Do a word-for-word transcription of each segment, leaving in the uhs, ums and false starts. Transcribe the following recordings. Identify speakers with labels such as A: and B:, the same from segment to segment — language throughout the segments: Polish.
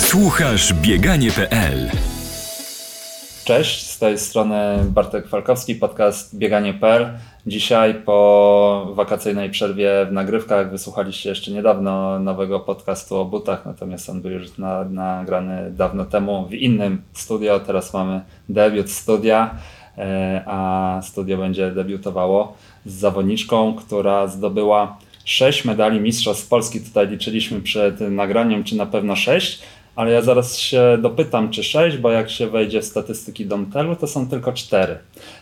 A: Słuchasz bieganie kropka pe el.
B: Cześć, z tej strony Bartek Falkowski, podcast bieganie kropka pe el. Dzisiaj po wakacyjnej przerwie w nagrywkach wysłuchaliście jeszcze niedawno nowego podcastu o butach, natomiast on był już na, nagrany dawno temu w innym studio. Teraz mamy debiut studia, a studio będzie debiutowało z zawodniczką, która zdobyła sześć medali Mistrzostw Polski. Tutaj liczyliśmy przed nagraniem, czy na pewno sześć. Ale ja zaraz się dopytam, czy sześć, bo jak się wejdzie w statystyki Domtelu, to są tylko cztery.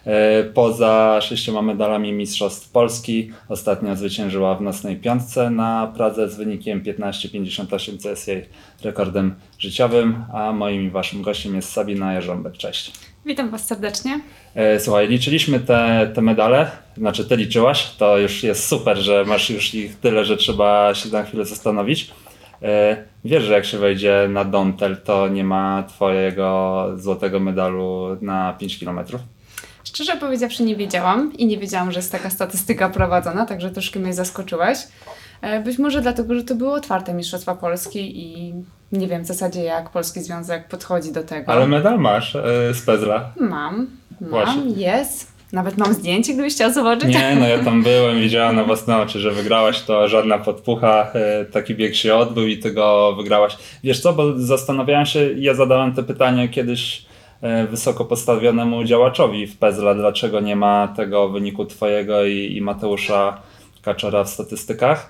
B: Poza sześcioma medalami Mistrzostw Polski ostatnio zwyciężyła w nocnej piątce na Pradze z wynikiem piętnaście pięćdziesiąt osiem, co jest jej rekordem życiowym, a moim i waszym gościem jest Sabina Jarząbek. Cześć.
C: Witam was serdecznie.
B: Słuchaj, liczyliśmy te, te medale, znaczy ty liczyłaś, to już jest super, że masz już ich tyle, że trzeba się na chwilę zastanowić. Wiesz, że jak się wejdzie na Domtel, to nie ma twojego złotego medalu na pięć kilometrów?
C: Szczerze powiedziawszy nie wiedziałam i nie wiedziałam, że jest taka statystyka prowadzona, także troszkę mnie zaskoczyłeś. Być może dlatego, że to były otwarte Mistrzostwa Polski i nie wiem w zasadzie jak Polski Związek podchodzi do tego.
B: Ale medal masz yy, z Pezla.
C: Mam, mam,
B: Właśnie.
C: jest. Nawet mam zdjęcie, gdybyś chciał zobaczyć.
B: Nie, no ja tam byłem, widziałem na własne oczy, że wygrałaś, to żadna podpucha, taki bieg się odbył i ty go wygrałaś. Wiesz co, bo zastanawiałem się, ja zadałem to pytanie kiedyś wysoko postawionemu działaczowi w Pezla, dlaczego nie ma tego wyniku twojego i, i Mateusza Kaczora w statystykach.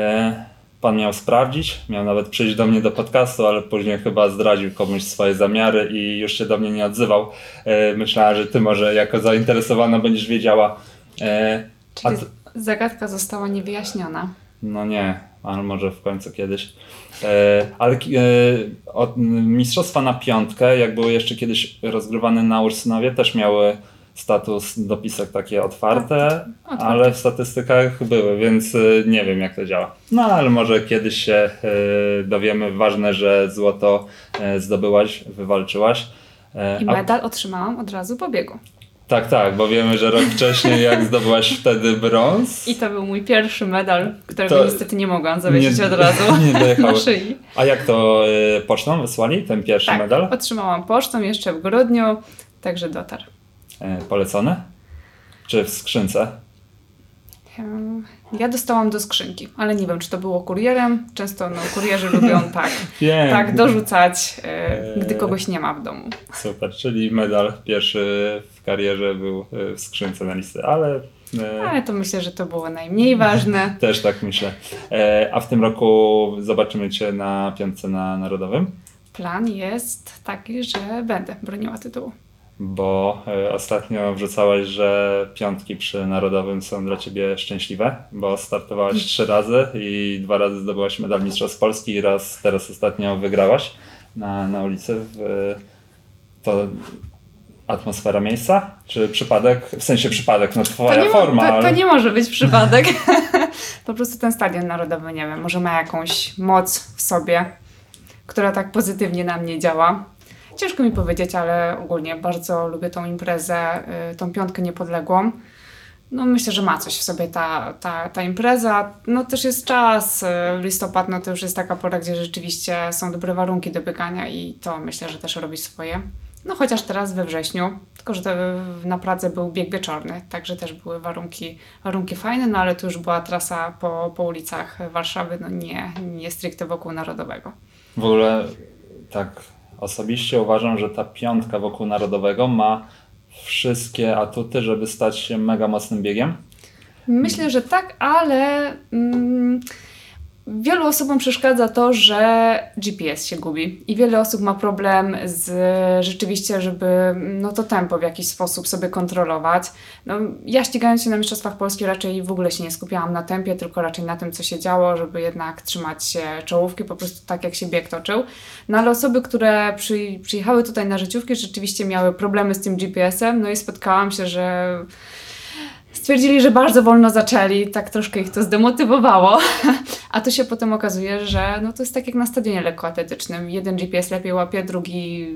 B: Pan miał sprawdzić, miał nawet przyjść do mnie do podcastu, ale później chyba zdradził komuś swoje zamiary i już się do mnie nie odzywał. Myślałem, że ty może jako zainteresowana będziesz wiedziała.
C: Czyli t- zagadka została niewyjaśniona.
B: No nie, ale może w końcu kiedyś. Ale od mistrzostwa na piątkę, jak były jeszcze kiedyś rozgrywane na Ursynowie, też miały status dopisek takie otwarte, otwarte, ale w statystykach były, więc nie wiem jak to działa. No ale może kiedyś się dowiemy. Ważne, że złoto zdobyłaś, wywalczyłaś.
C: I medal A... otrzymałam od razu po biegu.
B: Tak, tak, bo wiemy, że rok wcześniej jak zdobyłaś wtedy brąz.
C: I to był mój pierwszy medal, którego to niestety nie mogłam zawiesić od razu
B: nie dojechały.
C: na szyi.
B: A jak to pocztą wysłali, ten pierwszy
C: tak,
B: medal?
C: Otrzymałam pocztą jeszcze w grudniu, także dotarł.
B: Polecone? Czy w skrzynce?
C: Ja dostałam do skrzynki, ale nie wiem, czy to było kurierem. Często no, kurierzy lubią tak, tak dorzucać, e, gdy kogoś nie ma w domu.
B: Super, czyli medal pierwszy w karierze był w skrzynce na listy, ale...
C: E, ale to myślę, że to było najmniej ważne.
B: Też tak myślę. E, a w tym roku zobaczymy cię na piątce na Narodowym?
C: Plan jest taki, że będę broniła tytułu.
B: Bo y, ostatnio wrzucałaś, że piątki przy Narodowym są dla ciebie szczęśliwe, bo startowałaś trzy razy i dwa razy zdobyłaś medal Mistrzostw Polski i raz teraz ostatnio wygrałaś na, na ulicy. W, y, to atmosfera miejsca? Czy przypadek? W sensie przypadek, no twoja
C: to
B: forma.
C: Ma, to,
B: ale...
C: to nie może być przypadek. Po prostu ten stadion narodowy, nie wiem, może ma jakąś moc w sobie, która tak pozytywnie na mnie działa. Ciężko mi powiedzieć, ale ogólnie bardzo lubię tą imprezę, tą piątkę niepodległą. No myślę, że ma coś w sobie ta, ta, ta impreza. No też jest czas, listopad, no to już jest taka pora, gdzie rzeczywiście są dobre warunki do biegania i to myślę, że też robi swoje. No chociaż teraz we wrześniu, tylko że to na Pradze był bieg wieczorny, także też były warunki, warunki fajne, no ale tu już była trasa po, po ulicach Warszawy, no nie, nie stricte wokół Narodowego.
B: W ogóle tak... Osobiście uważam, że ta piątka wokół Narodowego ma wszystkie atuty, żeby stać się mega mocnym biegiem.
C: Myślę, że tak, ale mm, wielu osobom przeszkadza to, że G P S się gubi i wiele osób ma problem z rzeczywiście, żeby no, to tempo w jakiś sposób sobie kontrolować. No, ja ścigając się na Mistrzostwach Polski raczej w ogóle się nie skupiałam na tempie, tylko raczej na tym, co się działo, żeby jednak trzymać się czołówki, po prostu tak jak się bieg toczył. No ale osoby, które przy, przyjechały tutaj na życiówki, rzeczywiście miały problemy z tym G P S-em, no i spotkałam się, że stwierdzili, że bardzo wolno zaczęli, tak troszkę ich to zdemotywowało, a tu się potem okazuje, że no to jest tak jak na stadionie lekkoatletycznym. Jeden G P S lepiej łapie, drugi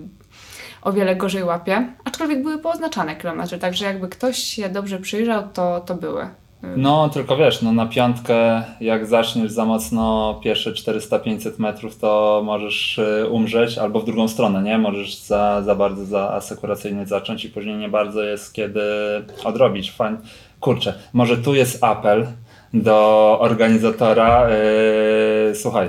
C: o wiele gorzej łapie, aczkolwiek były pooznaczane kilometry, także jakby ktoś się dobrze przyjrzał, to, to były.
B: No, tylko wiesz, no na piątkę, jak zaczniesz za mocno pierwsze czterysta pięćset metrów, to możesz y, umrzeć, albo w drugą stronę, nie? Możesz za, za bardzo za asekuracyjnie zacząć i później nie bardzo jest kiedy odrobić. Fajnie. Kurczę, może tu jest apel do organizatora. Yy, słuchaj,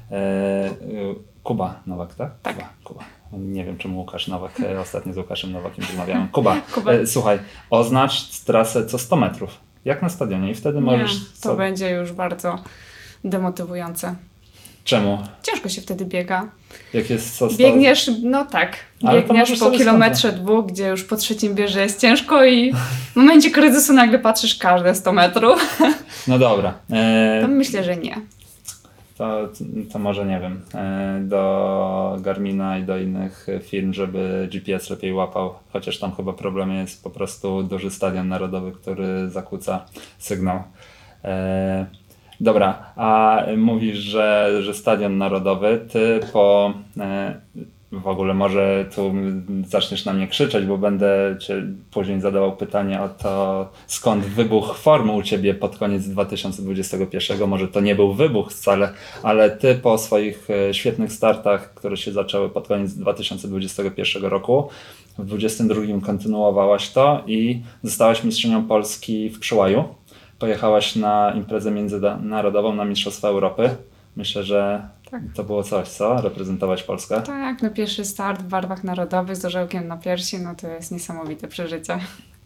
B: yy, Kuba Nowak, tak?
C: Tak.
B: Kuba, Kuba. Nie wiem, czemu Łukasz Nowak, ostatnio z Łukaszem Nowakiem rozmawiałem. Kuba,
C: Kuba.
B: Yy, słuchaj, oznacz trasę co sto metrów, jak na stadionie i wtedy możesz...
C: Nie, to
B: co...
C: będzie już bardzo demotywujące.
B: Czemu?
C: Ciężko się wtedy biega.
B: Jak jest co sto...
C: Biegniesz, no tak,
B: Ale to
C: biegniesz
B: możesz
C: po
B: sobie
C: kilometrze dwóch, gdzie już po trzecim bierze jest ciężko i w momencie kryzysu nagle patrzysz każde sto metrów.
B: No dobra. Yy,
C: To myślę, że nie.
B: To, to może nie wiem, e, do Garmina i do innych firm, żeby G P S lepiej łapał, chociaż tam chyba problem jest po prostu duży stadion narodowy, który zakłóca sygnał. E, dobra, a mówisz, że, że stadion narodowy, ty po e, w ogóle może tu zaczniesz na mnie krzyczeć, bo będę cię później zadawał pytanie o to, skąd wybuch formy u ciebie pod koniec dwa tysiące dwudziestego pierwszego. Może to nie był wybuch wcale, ale ty po swoich świetnych startach, które się zaczęły pod koniec dwa tysiące dwudziestego pierwszego roku, w dwudziestym drugim kontynuowałaś to i zostałaś mistrzynią Polski w Przyłaju. Pojechałaś na imprezę międzynarodową, na Mistrzostwa Europy. Myślę, że tak. To było coś, co? Reprezentować Polskę?
C: Tak, no pierwszy start w barwach narodowych z orzełkiem na piersi, no to jest niesamowite przeżycie.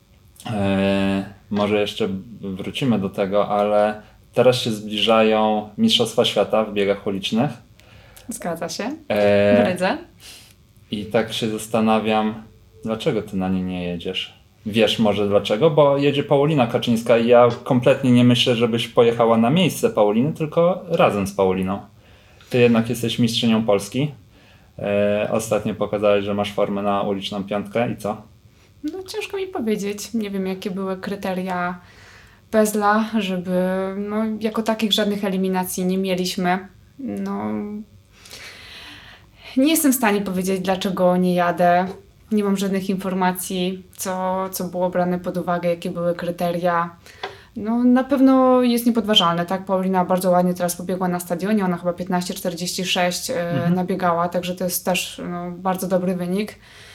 B: Eee, może jeszcze wrócimy do tego, ale teraz się zbliżają Mistrzostwa Świata w biegach ulicznych.
C: Zgadza się.
B: Eee,
C: w Rydze.
B: I tak się zastanawiam, dlaczego ty na nie nie jedziesz? Wiesz może dlaczego? Bo jedzie Paulina Kaczyńska i ja kompletnie nie myślę, żebyś pojechała na miejsce Pauliny, tylko razem z Pauliną. Ty jednak jesteś mistrzynią Polski. E, ostatnio pokazałeś, że masz formę na uliczną piątkę i co?
C: No ciężko mi powiedzieć. Nie wiem, jakie były kryteria Pezla, żeby no jako takich żadnych eliminacji nie mieliśmy. No nie jestem w stanie powiedzieć, dlaczego nie jadę. Nie mam żadnych informacji, co, co było brane pod uwagę, jakie były kryteria. No na pewno jest niepodważalne, tak? Paulina bardzo ładnie teraz pobiegła na stadionie, ona chyba piętnaście czterdzieści sześć mhm. nabiegała, także to jest też no, bardzo dobry wynik.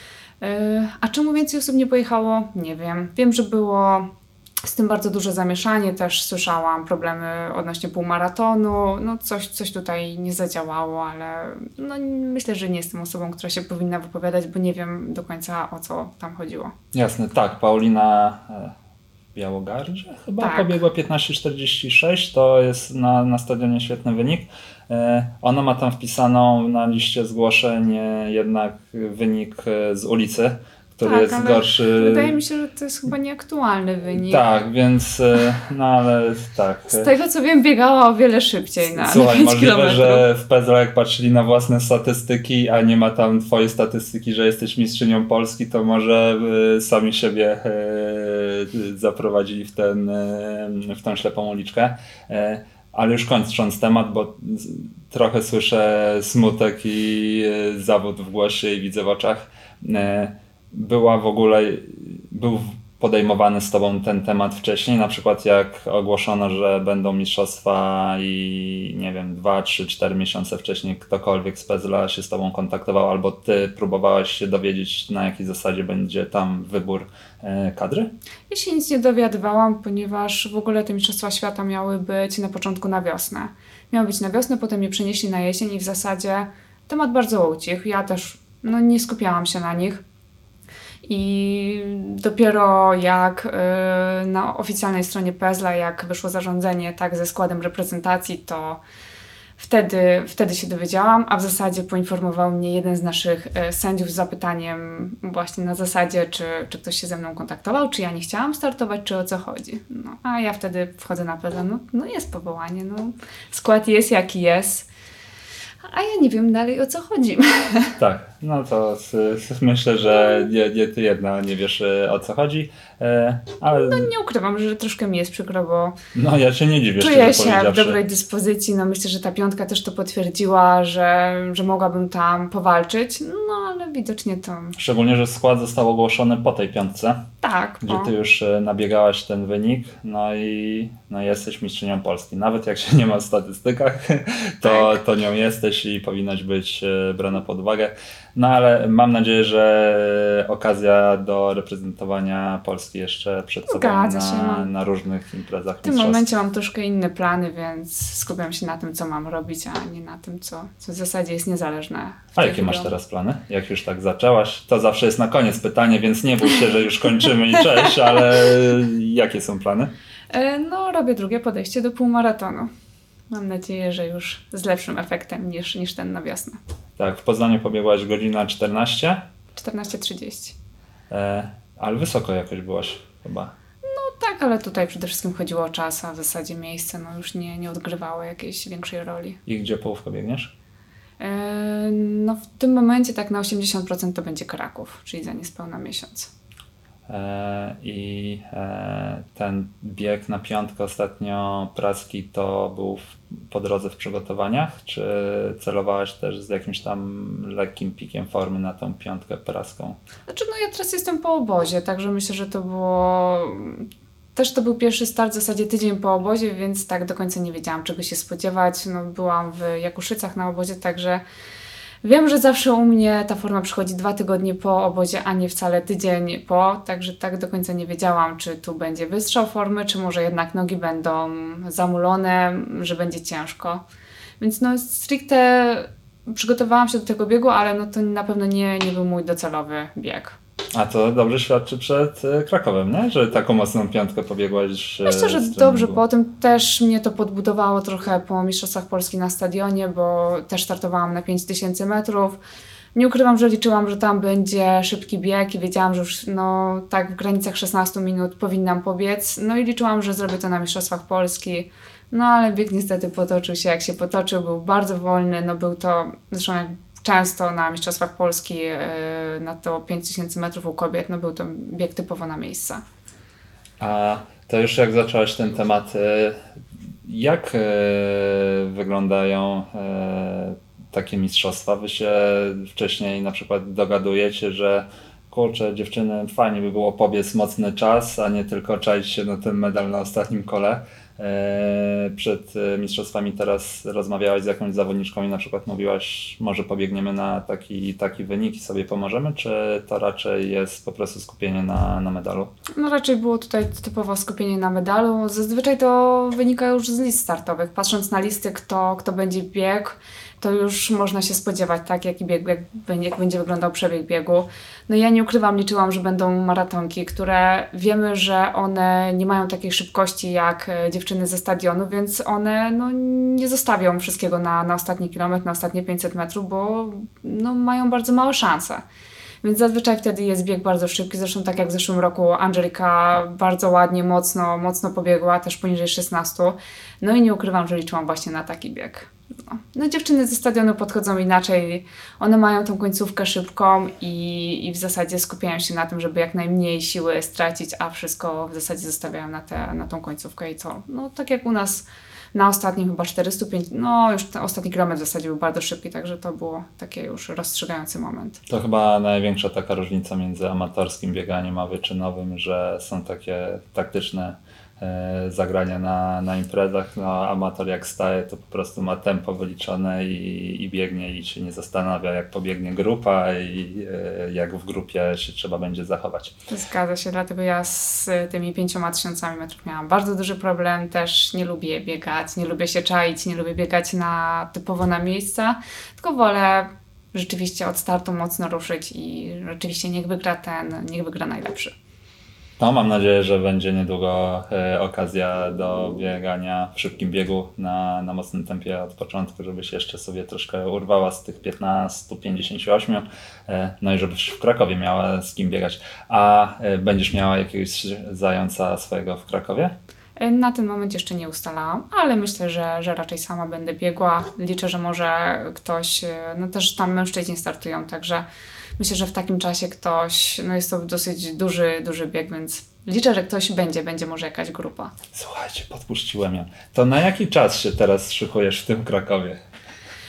C: A czemu więcej osób nie pojechało? Nie wiem. Wiem, że było z tym bardzo duże zamieszanie, też słyszałam problemy odnośnie półmaratonu, no coś, coś tutaj nie zadziałało, ale no, myślę, że nie jestem osobą, która się powinna wypowiadać, bo nie wiem do końca, o co tam chodziło.
B: Jasne, tak, Paulina Białogardże chyba tak. Pobiegła piętnaście czterdzieści sześć, to jest na, na stadionie świetny wynik. Ona ma tam wpisaną na liście zgłoszeń jednak wynik z ulicy, który
C: tak,
B: jest gorszy.
C: Wydaje mi się, że to jest chyba nieaktualny wynik.
B: Tak, więc no ale tak.
C: Z tego co wiem, biegała o wiele szybciej na,
B: Słuchaj,
C: na pięć
B: możliwe,
C: kilometrów.
B: że w Pezla jak patrzyli na własne statystyki, a nie ma tam twojej statystyki, że jesteś mistrzynią Polski, to może y, sami siebie y, zaprowadzili w, ten, y, w tę ślepą uliczkę. Y, ale już kończąc temat, bo trochę słyszę smutek i y, zawód w głosie i widzę w oczach. Y, była w ogóle, był podejmowany z tobą ten temat wcześniej, na przykład jak ogłoszono, że będą mistrzostwa i nie wiem, dwa, trzy, cztery miesiące wcześniej ktokolwiek z Pezla się z tobą kontaktował, albo ty próbowałaś się dowiedzieć, na jakiej zasadzie będzie tam wybór e, kadry?
C: Ja się nic nie dowiadywałam, ponieważ w ogóle te mistrzostwa świata miały być na początku na wiosnę. Miały być na wiosnę, potem je przenieśli na jesień i w zasadzie temat bardzo ucichł. Ja też no, nie skupiałam się na nich. I dopiero jak y, na oficjalnej stronie Pezla, jak wyszło zarządzenie tak ze składem reprezentacji, to wtedy, wtedy się dowiedziałam, a w zasadzie poinformował mnie jeden z naszych y, sędziów z zapytaniem właśnie na zasadzie, czy, czy ktoś się ze mną kontaktował, czy ja nie chciałam startować, czy o co chodzi. No, a ja wtedy wchodzę na Pezla, no, no jest powołanie, no, skład jest jaki jest. A ja nie wiem dalej, o co chodzi.
B: Tak, no to s- s- myślę, że nie, nie ty jedna nie wiesz, o co chodzi, e, ale...
C: No nie ukrywam, że troszkę mi jest przykro, bo
B: no ja się nie dziwię,
C: czuję się w dobrej dyspozycji. No myślę, że ta piątka też to potwierdziła, że, że mogłabym tam powalczyć. No ale widocznie to...
B: Szczególnie, że skład został ogłoszony po tej piątce,
C: Tak,
B: gdzie
C: bo...
B: ty już e, nabiegałaś ten wynik, no i no jesteś mistrzynią Polski. Nawet jak się nie ma w statystykach, to,
C: Tak.
B: to nią jesteś i powinnaś być e, brana pod uwagę. No ale mam nadzieję, że okazja do reprezentowania Polski jeszcze przed sobą
C: Zgadza się,
B: na,
C: mam-
B: na różnych imprezach
C: W tym
B: mistrzostw.
C: momencie mam troszkę inne plany, więc skupiam się na tym, co mam robić, a nie na tym, co, co w zasadzie jest niezależne. w
B: A
C: tej
B: jakie masz
C: chwili.
B: teraz plany? Jak już tak zaczęłaś? To zawsze jest na koniec pytanie, więc nie bój się, że już kończymy i cześć, ale jakie są plany?
C: E, No, robię drugie podejście do półmaratonu. Mam nadzieję, że już z lepszym efektem niż, niż ten na wiosnę.
B: Tak, w Poznaniu pobiegłaś godzina czternaście,
C: czternaście trzydzieści.
B: e, ale wysoko jakoś byłaś chyba.
C: No tak, ale tutaj przede wszystkim chodziło o czas, a w zasadzie miejsce no już nie, nie odgrywało jakiejś większej roli.
B: I gdzie połówkę biegniesz?
C: E, No w tym momencie tak na osiemdziesiąt procent to będzie Kraków, czyli za niespełna miesiąc.
B: E, I e, ten bieg na piątkę ostatnio praski to był w, po drodze w przygotowaniach, czy celowałaś też z jakimś tam lekkim pikiem formy na tą piątkę praską?
C: Znaczy no ja teraz jestem po obozie, także myślę, że to było... Też to był pierwszy start w zasadzie tydzień po obozie, więc tak do końca nie wiedziałam czego się spodziewać. No byłam w Jakuszycach na obozie, także wiem, że zawsze u mnie ta forma przychodzi dwa tygodnie po obozie, a nie wcale tydzień po, także tak do końca nie wiedziałam, czy tu będzie wystrzał formy, czy może jednak nogi będą zamulone, że będzie ciężko. Więc no stricte przygotowałam się do tego biegu, ale no to na pewno nie, nie był mój docelowy bieg.
B: A to dobrze świadczy przed e, Krakowem, nie? Że taką mocną piątkę pobiegłaś. e,
C: Myślę, że
B: z
C: dobrze,
B: treningu.
C: po tym też mnie to podbudowało trochę po Mistrzostwach Polski na stadionie, bo też startowałam na pięć tysięcy metrów. Nie ukrywam, że liczyłam, że tam będzie szybki bieg i wiedziałam, że już no, tak w granicach szesnaście minut powinnam pobiec. No i liczyłam, że zrobię to na Mistrzostwach Polski. No ale bieg niestety potoczył się jak się potoczył, był bardzo wolny, no był to, zresztą jak często na Mistrzostwach Polski yy, na to pięć tysięcy metrów u kobiet, no był to bieg typowo na miejsca.
B: A to już jak zacząłeś ten temat, e, jak e, wyglądają e, takie mistrzostwa? Wy się wcześniej na przykład dogadujecie, że kurczę dziewczyny, fajnie by było pobiec mocny czas, a nie tylko czaić się na ten medal na ostatnim kole. E, Przed e, mistrzostwami teraz rozmawiałaś z jakąś zawodniczką i na przykład mówiłaś, może pobiegniemy na taki taki wynik i sobie pomożemy, czy to raczej jest po prostu skupienie na, na medalu?
C: No raczej było tutaj typowo skupienie na medalu. Zazwyczaj to wynika już z list startowych. Patrząc na listy, kto, kto będzie biegł, to już można się spodziewać, tak, jaki bieg, jak, będzie- jak będzie wyglądał przebieg biegu. No ja nie ukrywam, liczyłam, że będą maratonki, które wiemy, że one nie mają takiej szybkości jak e, dziewczyny ze stadionu, więc one no, nie zostawią wszystkiego na, na ostatni kilometr, na ostatnie pięćset metrów, bo no, mają bardzo małe szanse. Więc zazwyczaj wtedy jest bieg bardzo szybki. Zresztą tak jak w zeszłym roku Angelika bardzo ładnie, mocno, mocno pobiegła, też poniżej szesnaście. No i nie ukrywam, że liczyłam właśnie na taki bieg. No, no dziewczyny ze stadionu podchodzą inaczej. One mają tą końcówkę szybką i, i w zasadzie skupiają się na tym, żeby jak najmniej siły stracić, a wszystko w zasadzie zostawiają na, tę na tą końcówkę i co? No tak jak u nas na ostatnim chyba czterysta pięć, no już ten ostatni kilometr w zasadzie był bardzo szybki, także to było taki już rozstrzygający moment.
B: To chyba największa taka różnica między amatorskim bieganiem a wyczynowym, że są takie taktyczne e, zagrania na, na imprezach. No, amator jak staje, to po prostu ma tempo wyliczone i, i biegnie i się nie zastanawia, jak pobiegnie grupa i e, jak w grupie się trzeba będzie zachować.
C: Zgadza się, dlatego ja z tymi pięcioma tysiącami metrów miałam bardzo duży problem, też nie lubię biegać, nie lubię się czaić, nie lubię biegać na, typowo na miejsca, tylko wolę rzeczywiście od startu mocno ruszyć i rzeczywiście niech wygra ten, niech wygra najlepszy.
B: No, mam nadzieję, że będzie niedługo e, okazja do biegania w szybkim biegu na, na mocnym tempie od początku, żebyś jeszcze sobie troszkę urwała z tych piętnastu pięćdziesięciu ośmiu, e, no i żebyś w Krakowie miała z kim biegać. A e, będziesz miała jakiegoś zająca swojego w Krakowie?
C: Na ten moment jeszcze nie ustalałam, ale myślę, że, że raczej sama będę biegła. Liczę, że może ktoś, no też tam mężczyźni startują, także myślę, że w takim czasie ktoś, no jest to dosyć duży, duży bieg, więc liczę, że ktoś będzie, będzie może jakaś grupa.
B: Słuchajcie, podpuściłem ją. To na jaki czas się teraz szykujesz w tym Krakowie?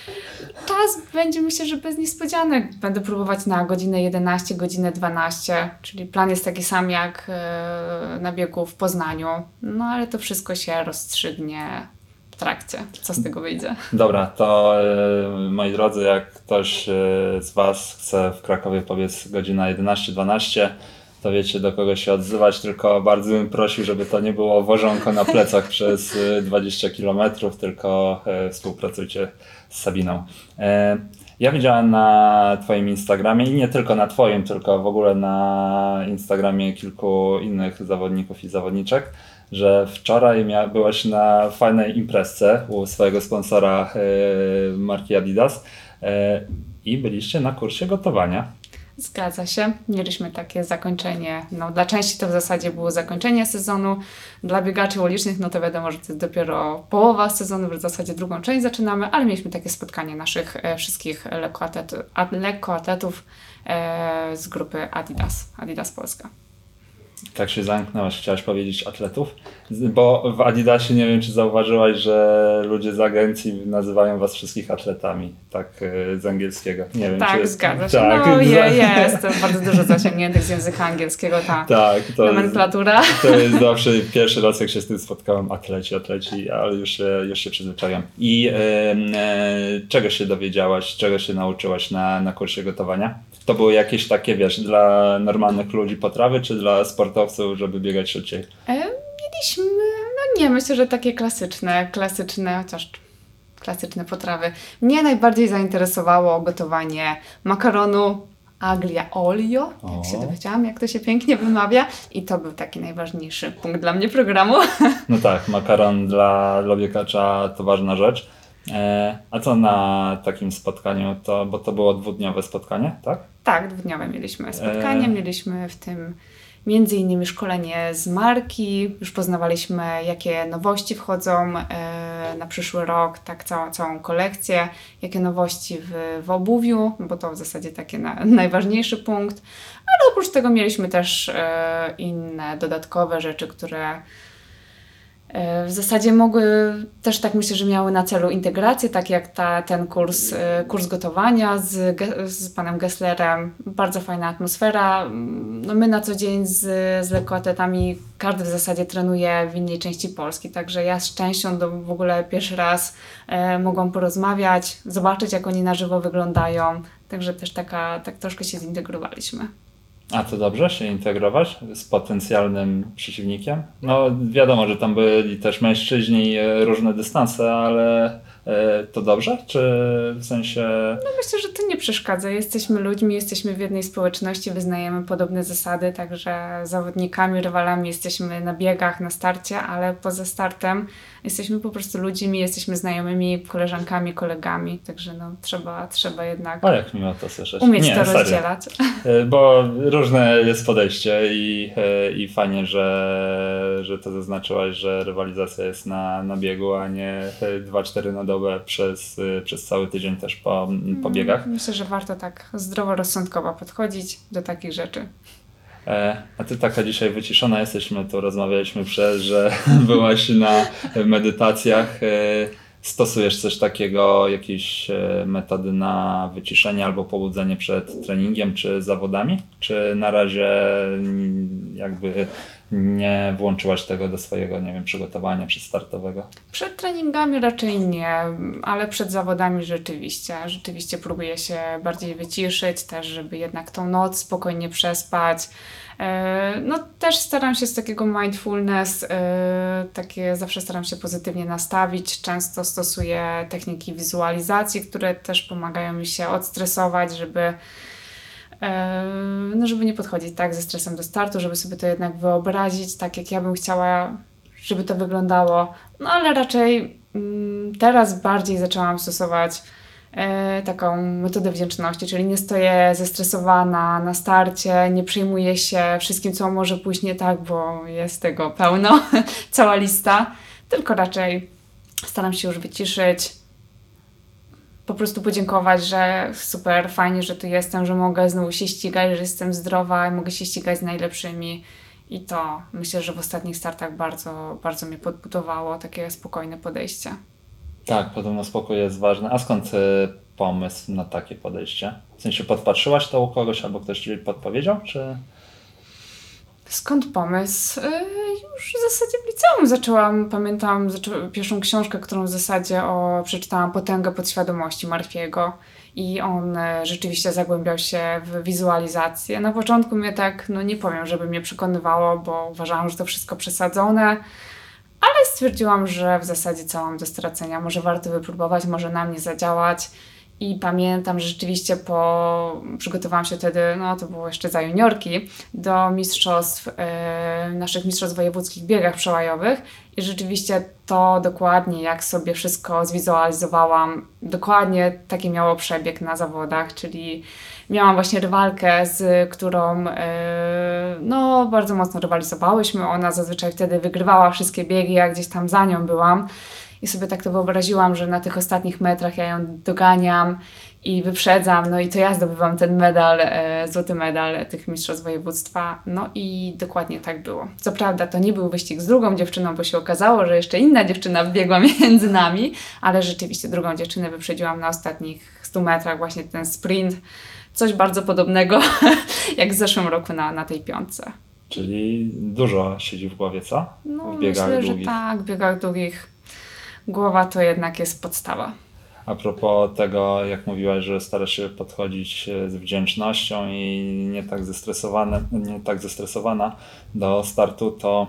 C: Czas będzie, myślę, że bez niespodzianek. Będę próbować na godzinę jedenaście, godzinę dwanaście, czyli plan jest taki sam jak e, na biegu w Poznaniu. No ale to wszystko się rozstrzygnie w trakcie. Co z tego wyjdzie?
B: Dobra, to e, moi drodzy, jak ktoś e, z Was chce w Krakowie pobiec godzina jedenaście dwanaście, to wiecie, do kogo się odzywać, tylko bardzo bym prosił, żeby to nie było wożonko na plecach przez e, dwadzieścia kilometrów, tylko e, współpracujcie z Sabiną. E, ja widziałem na Twoim Instagramie i nie tylko na Twoim, tylko w ogóle na Instagramie kilku innych zawodników i zawodniczek, że wczoraj mia- byłaś na fajnej imprezce u swojego sponsora e, marki Adidas e, i byliście na kursie gotowania.
C: Zgadza się. Mieliśmy takie zakończenie, no dla części to w zasadzie było zakończenie sezonu, dla biegaczy ulicznych no to wiadomo, że to jest dopiero połowa sezonu, w zasadzie drugą część zaczynamy, ale mieliśmy takie spotkanie naszych e, wszystkich lekkoatletów, lekkoatletów e, z grupy Adidas, Adidas Polska.
B: Tak się zamknęłaś, chciałaś powiedzieć atletów? Z- Bo w Adidasie nie wiem, czy zauważyłaś, że ludzie z agencji nazywają was wszystkich atletami, tak e, z angielskiego. Nie wiem,
C: Tak,
B: czy...
C: zgadza się.
B: Tak,
C: no
B: za-
C: je, jest, to bardzo dużo zasięgniętych z języka angielskiego, ta
B: Tak, to jest,
C: nomenklatura.
B: to jest zawsze pierwszy raz, jak się z tym spotkałem, atleci, atleci, ale już się, już się przyzwyczaiłem. I e, e, czego się dowiedziałaś, czego się nauczyłaś na, na kursie gotowania? To były jakieś takie, wiesz, dla normalnych ludzi potrawy, czy dla sportowców, żeby biegać szybciej?
C: E, mieliśmy, no nie, myślę, że takie klasyczne, klasyczne, chociaż klasyczne potrawy. Mnie najbardziej zainteresowało gotowanie makaronu aglio olio,
B: O.
C: jak się dowiedziałam, jak to się pięknie wymawia. I to był taki najważniejszy punkt dla mnie programu.
B: No tak, makaron dla, dla biegacza to ważna rzecz. E, a co na takim spotkaniu, to, bo to było dwudniowe spotkanie, tak?
C: Tak, dwudniowe mieliśmy spotkanie,
B: E.
C: mieliśmy w tym między innymi szkolenie z marki, już poznawaliśmy jakie nowości wchodzą e, na przyszły rok, tak całą, całą kolekcję, jakie nowości w, w obuwiu, bo to w zasadzie taki na, najważniejszy punkt, ale oprócz tego mieliśmy też e, inne dodatkowe rzeczy, które w zasadzie mogły, też tak myślę, że miały na celu integrację, tak jak ta, ten kurs, e, kurs gotowania z, Ge- z panem Gesslerem. Bardzo fajna atmosfera. No my na co dzień z, z lekkoatletami, każdy w zasadzie trenuje w innej części Polski, także ja z częścią do, w ogóle pierwszy raz e, mogłam porozmawiać, zobaczyć jak oni na żywo wyglądają, także też taka, tak troszkę się zintegrowaliśmy.
B: A to dobrze się integrować z potencjalnym przeciwnikiem? No wiadomo, że tam byli też mężczyźni i e, różne dystanse, ale e, to dobrze? Czy w sensie...
C: No myślę, że to nie przeszkadza. Jesteśmy ludźmi, jesteśmy w jednej społeczności, wyznajemy podobne zasady, także zawodnikami, rywalami jesteśmy na biegach, na starcie, ale poza startem jesteśmy po prostu ludźmi, jesteśmy znajomymi, koleżankami, kolegami, także no trzeba, trzeba jednak
B: O, jak miło to słyszeć.
C: umieć
B: Nie,
C: to
B: serio.
C: rozdzielać.
B: E, Bo różne jest podejście i, e, i fajnie, że, że to zaznaczyłaś, że rywalizacja jest na, na biegu, a nie dwa cztery na dobę przez, e, przez cały tydzień też po, po biegach.
C: Myślę, że warto tak zdroworozsądkowo podchodzić do takich rzeczy.
B: E, A ty taka dzisiaj wyciszona jesteś, my tu rozmawialiśmy przez, że byłaś na medytacjach. E, Stosujesz coś takiego, jakieś e, metody na wyciszenie albo pobudzenie przed treningiem czy zawodami? Czy na razie mm, jakby nie włączyłaś tego do swojego, nie wiem, przygotowania przedstartowego?
C: Przed treningami raczej nie, ale przed zawodami rzeczywiście. Rzeczywiście próbuję się bardziej wyciszyć, też żeby jednak tą noc spokojnie przespać. E, No też staram się z takiego mindfulness, e, takie zawsze staram się pozytywnie nastawić. Często stosuję techniki wizualizacji, które też pomagają mi się odstresować, żeby e, no żeby nie podchodzić tak ze stresem do startu, żeby sobie to jednak wyobrazić tak, jak ja bym chciała, żeby to wyglądało. No ale raczej mm, teraz bardziej zaczęłam stosować e, taką metodę wdzięczności, czyli nie stoję zestresowana na starcie, nie przejmuję się wszystkim, co może pójść nie tak, bo jest tego pełno, cała lista, tylko raczej staram się już wyciszyć, po prostu podziękować, że super, fajnie, że tu jestem, że mogę znowu się ścigać, że jestem zdrowa i mogę się ścigać z najlepszymi. I to myślę, że w ostatnich startach bardzo, bardzo mnie podbudowało takie spokojne podejście.
B: Tak, podobno spokój jest ważny. A skąd y, pomysł na takie podejście? W sensie podpatrzyłaś to u kogoś albo ktoś ci podpowiedział, czy...
C: Skąd pomysł? Yy, już w zasadzie w liceum zaczęłam, pamiętam zaczę- pierwszą książkę, którą w zasadzie o, przeczytałam, Potęgę podświadomości Murphy'ego i on y, rzeczywiście zagłębiał się w wizualizację. Na początku mnie tak, no nie powiem, żeby mnie przekonywało, bo uważałam, że to wszystko przesadzone, ale stwierdziłam, że w zasadzie co mam do stracenia, może warto wypróbować, może na mnie zadziałać. I pamiętam, że rzeczywiście po... przygotowałam się wtedy, no to było jeszcze za juniorki, do mistrzostw, yy, naszych mistrzostw wojewódzkich biegach przełajowych i rzeczywiście to dokładnie, jak sobie wszystko zwizualizowałam, dokładnie taki miało przebieg na zawodach, czyli miałam właśnie rywalkę, z którą yy, no bardzo mocno rywalizowałyśmy, ona zazwyczaj wtedy wygrywała wszystkie biegi, ja gdzieś tam za nią byłam. I sobie tak to wyobraziłam, że na tych ostatnich metrach ja ją doganiam i wyprzedzam, no i to ja zdobywam ten medal, e, złoty medal tych mistrzostw województwa. No i dokładnie tak było. Co prawda to nie był wyścig z drugą dziewczyną, bo się okazało, że jeszcze inna dziewczyna wbiegła między nami, ale rzeczywiście drugą dziewczynę wyprzedziłam na ostatnich stu metrach, właśnie ten sprint. Coś bardzo podobnego jak w zeszłym roku na, na tej piątce.
B: Czyli dużo siedzi w głowie, co?
C: No
B: W biegach
C: myślę,
B: długich.
C: że tak, w biegach długich głowa to jednak jest podstawa.
B: A propos tego, jak mówiłaś, że starasz się podchodzić z wdzięcznością i nie tak zestresowane, nie tak zestresowana do startu, to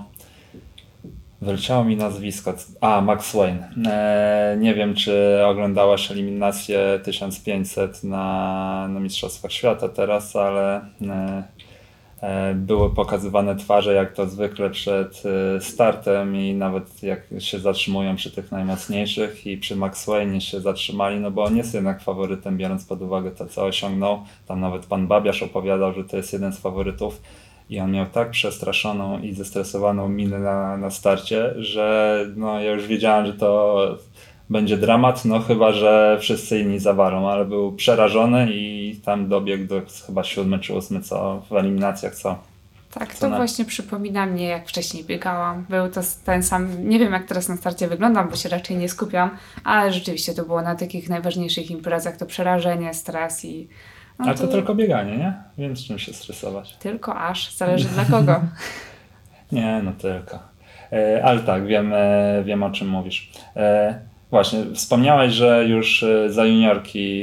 B: wyleciało mi nazwisko. A, Max Wayne. E, nie wiem, czy oglądałaś eliminację tysiąc pięćset na, na Mistrzostwach Świata teraz, ale e, były pokazywane twarze jak to zwykle przed startem i nawet jak się zatrzymują przy tych najmocniejszych i przy Max Wayne się zatrzymali, no bo on jest jednak faworytem, biorąc pod uwagę to, co osiągnął. Tam nawet pan Babiarz opowiadał, że to jest jeden z faworytów i on miał tak przestraszoną i zestresowaną minę na, na starcie, że no ja już wiedziałem, że to będzie dramat, no chyba że wszyscy inni zawalą, ale był przerażony i tam dobiegł do chyba siódmy czy ósmy, co w eliminacjach, co
C: Tak,
B: Co
C: to
B: na-
C: właśnie przypomina mnie, jak wcześniej biegałam. Był to ten sam, nie wiem jak teraz na starcie wyglądam, bo się raczej nie skupiam, ale rzeczywiście to było na takich najważniejszych imprezach, to przerażenie, stres i... No
B: Ale to tylko bieganie, nie? Więc czym się stresować?
C: Tylko aż, zależy dla kogo.
B: Nie, no tylko. E, ale tak, wiem, e, wiem o czym mówisz. E, właśnie, wspomniałaś, że już e, za juniorki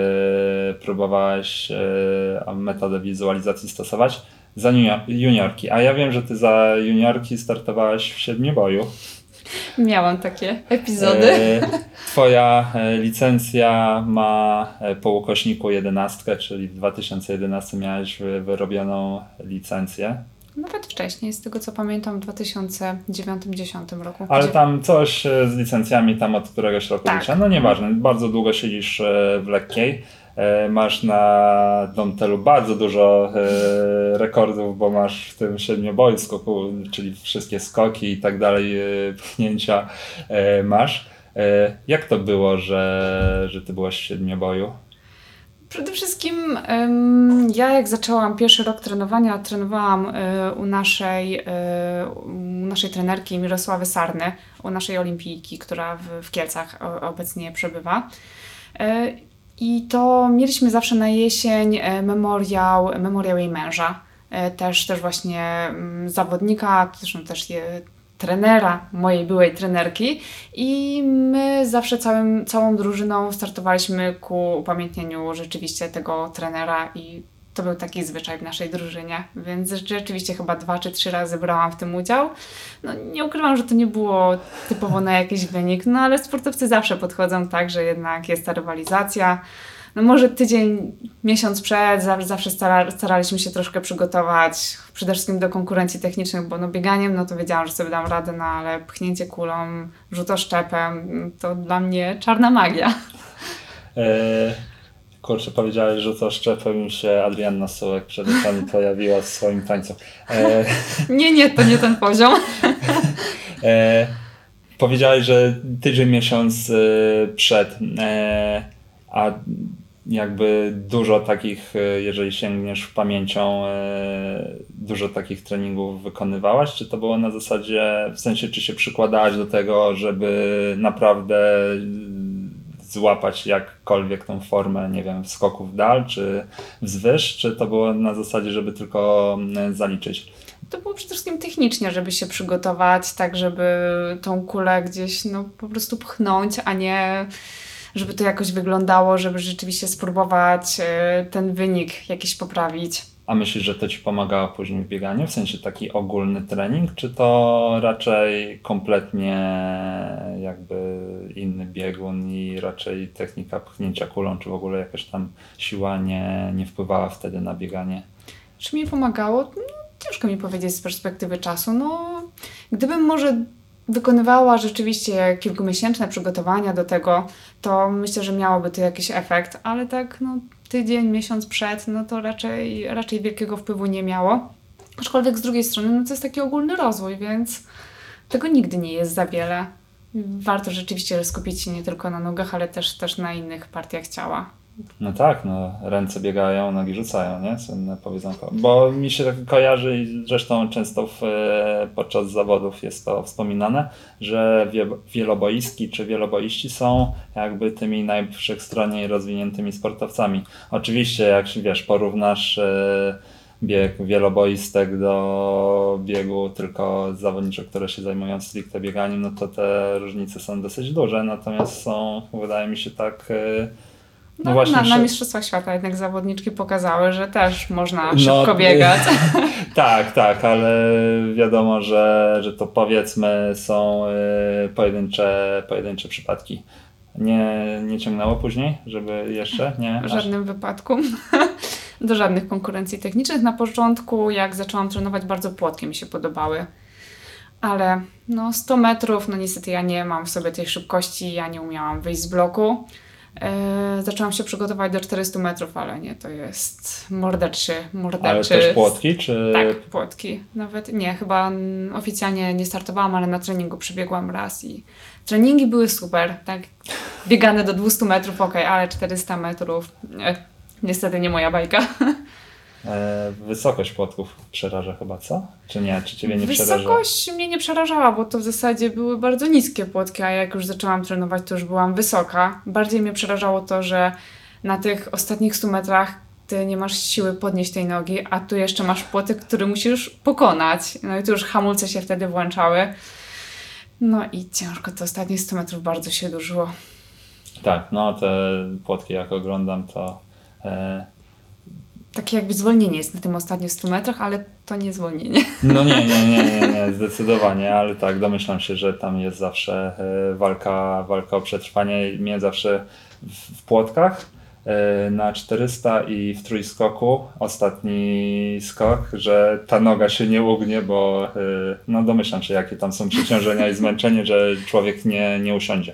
B: e, próbowałaś e, metodę wizualizacji stosować. Za junior, juniorki, a ja wiem, że ty za juniorki startowałaś w siedmioboju.
C: Miałam takie epizody.
B: E, Twoja e, licencja ma e, po ukośniku jedenastkę, czyli w dwa tysiące jedenastym miałeś wy- wyrobioną licencję.
C: Nawet wcześniej, z tego co pamiętam, w dwa tysiące dziewiątym dziesiątym roku.
B: Ale
C: gdzie-
B: tam coś e, z licencjami tam od któregoś roku
C: Tak.
B: liczę. No nieważne, bardzo długo siedzisz e, w lekkiej. E, Masz na Domtelu bardzo dużo e, rekordów, bo masz w tym siedmioboju skoku, czyli wszystkie skoki i tak dalej, e, pchnięcia e, masz. E, Jak to było, że, że ty byłaś w siedmioboju?
C: Przede wszystkim ym, ja jak zaczęłam pierwszy rok trenowania, trenowałam y, u, naszej, y, u naszej trenerki Mirosławy Sarny, u naszej olimpijki, która w, w Kielcach o, obecnie przebywa. Y, I to mieliśmy zawsze na jesień y, memoriał, memoriał jej męża. Y, też, też właśnie mm, zawodnika, zresztą też je, trenera, mojej byłej trenerki i my zawsze całym, całą drużyną startowaliśmy ku upamiętnieniu rzeczywiście tego trenera i to był taki zwyczaj w naszej drużynie, więc rzeczywiście chyba dwa czy trzy razy brałam w tym udział. No nie ukrywam, że to nie było typowo na jakiś wynik, no ale sportowcy zawsze podchodzą tak, że jednak jest ta rywalizacja. No może tydzień, miesiąc przed, za- zawsze stara, staraliśmy się troszkę przygotować, przede wszystkim do konkurencji technicznych, bo no bieganiem, no to wiedziałam, że sobie dam radę, no ale pchnięcie kulą, rzutoszczepem, to dla mnie czarna magia.
B: E, Kurczę, powiedziałeś, że to szczepem i się Adrianna Sułek przed oczami pojawiła w swoim tańcu. E,
C: Nie, nie, to nie ten poziom.
B: e, Powiedziałeś, że tydzień, miesiąc e, przed, e, a jakby dużo takich, jeżeli sięgniesz pamięcią, dużo takich treningów wykonywałaś? Czy to było na zasadzie, w sensie, czy się przykładałaś do tego, żeby naprawdę złapać jakkolwiek tą formę, nie wiem, skoków w dal, czy wzwyż, czy to było na zasadzie, żeby tylko zaliczyć?
C: To było przede wszystkim technicznie, żeby się przygotować, tak żeby tą kulę gdzieś no, po prostu pchnąć, a nie żeby to jakoś wyglądało, żeby rzeczywiście spróbować y, ten wynik jakiś poprawić.
B: A myślisz, że to Ci pomagało później w bieganiu? W sensie taki ogólny trening, czy to raczej kompletnie jakby inny biegun i raczej technika pchnięcia kulą, czy w ogóle jakaś tam siła nie, nie wpływała wtedy na bieganie?
C: Czy mi pomagało? No, ciężko mi powiedzieć z perspektywy czasu. No, gdybym może wykonywała rzeczywiście kilkumiesięczne przygotowania do tego, to myślę, że miałoby to jakiś efekt, ale tak no, tydzień, miesiąc przed, no to raczej, raczej wielkiego wpływu nie miało. Aczkolwiek z drugiej strony no, to jest taki ogólny rozwój, więc tego nigdy nie jest za wiele. Warto rzeczywiście skupić się nie tylko na nogach, ale też, też na innych partiach ciała.
B: No tak, no ręce biegają, nogi rzucają, nie? Słynne powiedzonko. Bo mi się tak kojarzy i zresztą często w, podczas zawodów jest to wspominane, że wie, wieloboiski czy wieloboiści są jakby tymi najwszechstronniej rozwiniętymi sportowcami. Oczywiście jak wiesz, porównasz bieg wieloboistek do biegu tylko zawodniczych, które się zajmują stricte bieganiem, no to te różnice są dosyć duże, natomiast są, wydaje mi się tak...
C: No, no właśnie, na, na Mistrzostwach Świata jednak zawodniczki pokazały, że też można szybko no, biegać.
B: Tak, tak, ale wiadomo, że, że to powiedzmy są pojedyncze, pojedyncze przypadki. Nie, nie ciągnęło później, żeby jeszcze? Nie?
C: W żadnym wypadku. Do żadnych konkurencji technicznych. Na początku, jak zaczęłam trenować, bardzo płotki mi się podobały. Ale no sto metrów, no niestety ja nie mam w sobie tej szybkości, ja nie umiałam wyjść z bloku. Yy, zaczęłam się przygotować do czterystu metrów, ale nie, to jest morderczy, morderczy.
B: Ale też płotki, czy...
C: Tak, płotki. Nawet nie, chyba oficjalnie nie startowałam, ale na treningu przebiegłam raz i treningi były super, tak, biegane do dwieście metrów, okej, okay, ale czterysta metrów, nie, niestety nie moja bajka.
B: E, wysokość płotków przeraża chyba, co? Czy nie? Czy Ciebie nie
C: przeraża? Wysokość mnie nie przerażała, bo to w zasadzie były bardzo niskie płotki, a jak już zaczęłam trenować, to już byłam wysoka. Bardziej mnie przerażało to, że na tych ostatnich stu metrach Ty nie masz siły podnieść tej nogi, a tu jeszcze masz płotek, który musisz pokonać. No i tu już hamulce się wtedy włączały. No i ciężko, te ostatnie sto metrów bardzo się dłużyło.
B: Tak, no te płotki jak oglądam, to... E...
C: Takie jakby zwolnienie jest na tym ostatnich stu metrach, ale to nie zwolnienie.
B: No nie, nie, nie, nie, nie, zdecydowanie, ale tak, domyślam się, że tam jest zawsze walka, walka o przetrwanie. Mnie zawsze w, w płotkach na czterysta i w trójskoku, ostatni skok, że ta noga się nie ugnie, bo no domyślam się, jakie tam są przeciążenia i zmęczenie, że człowiek nie, nie usiądzie.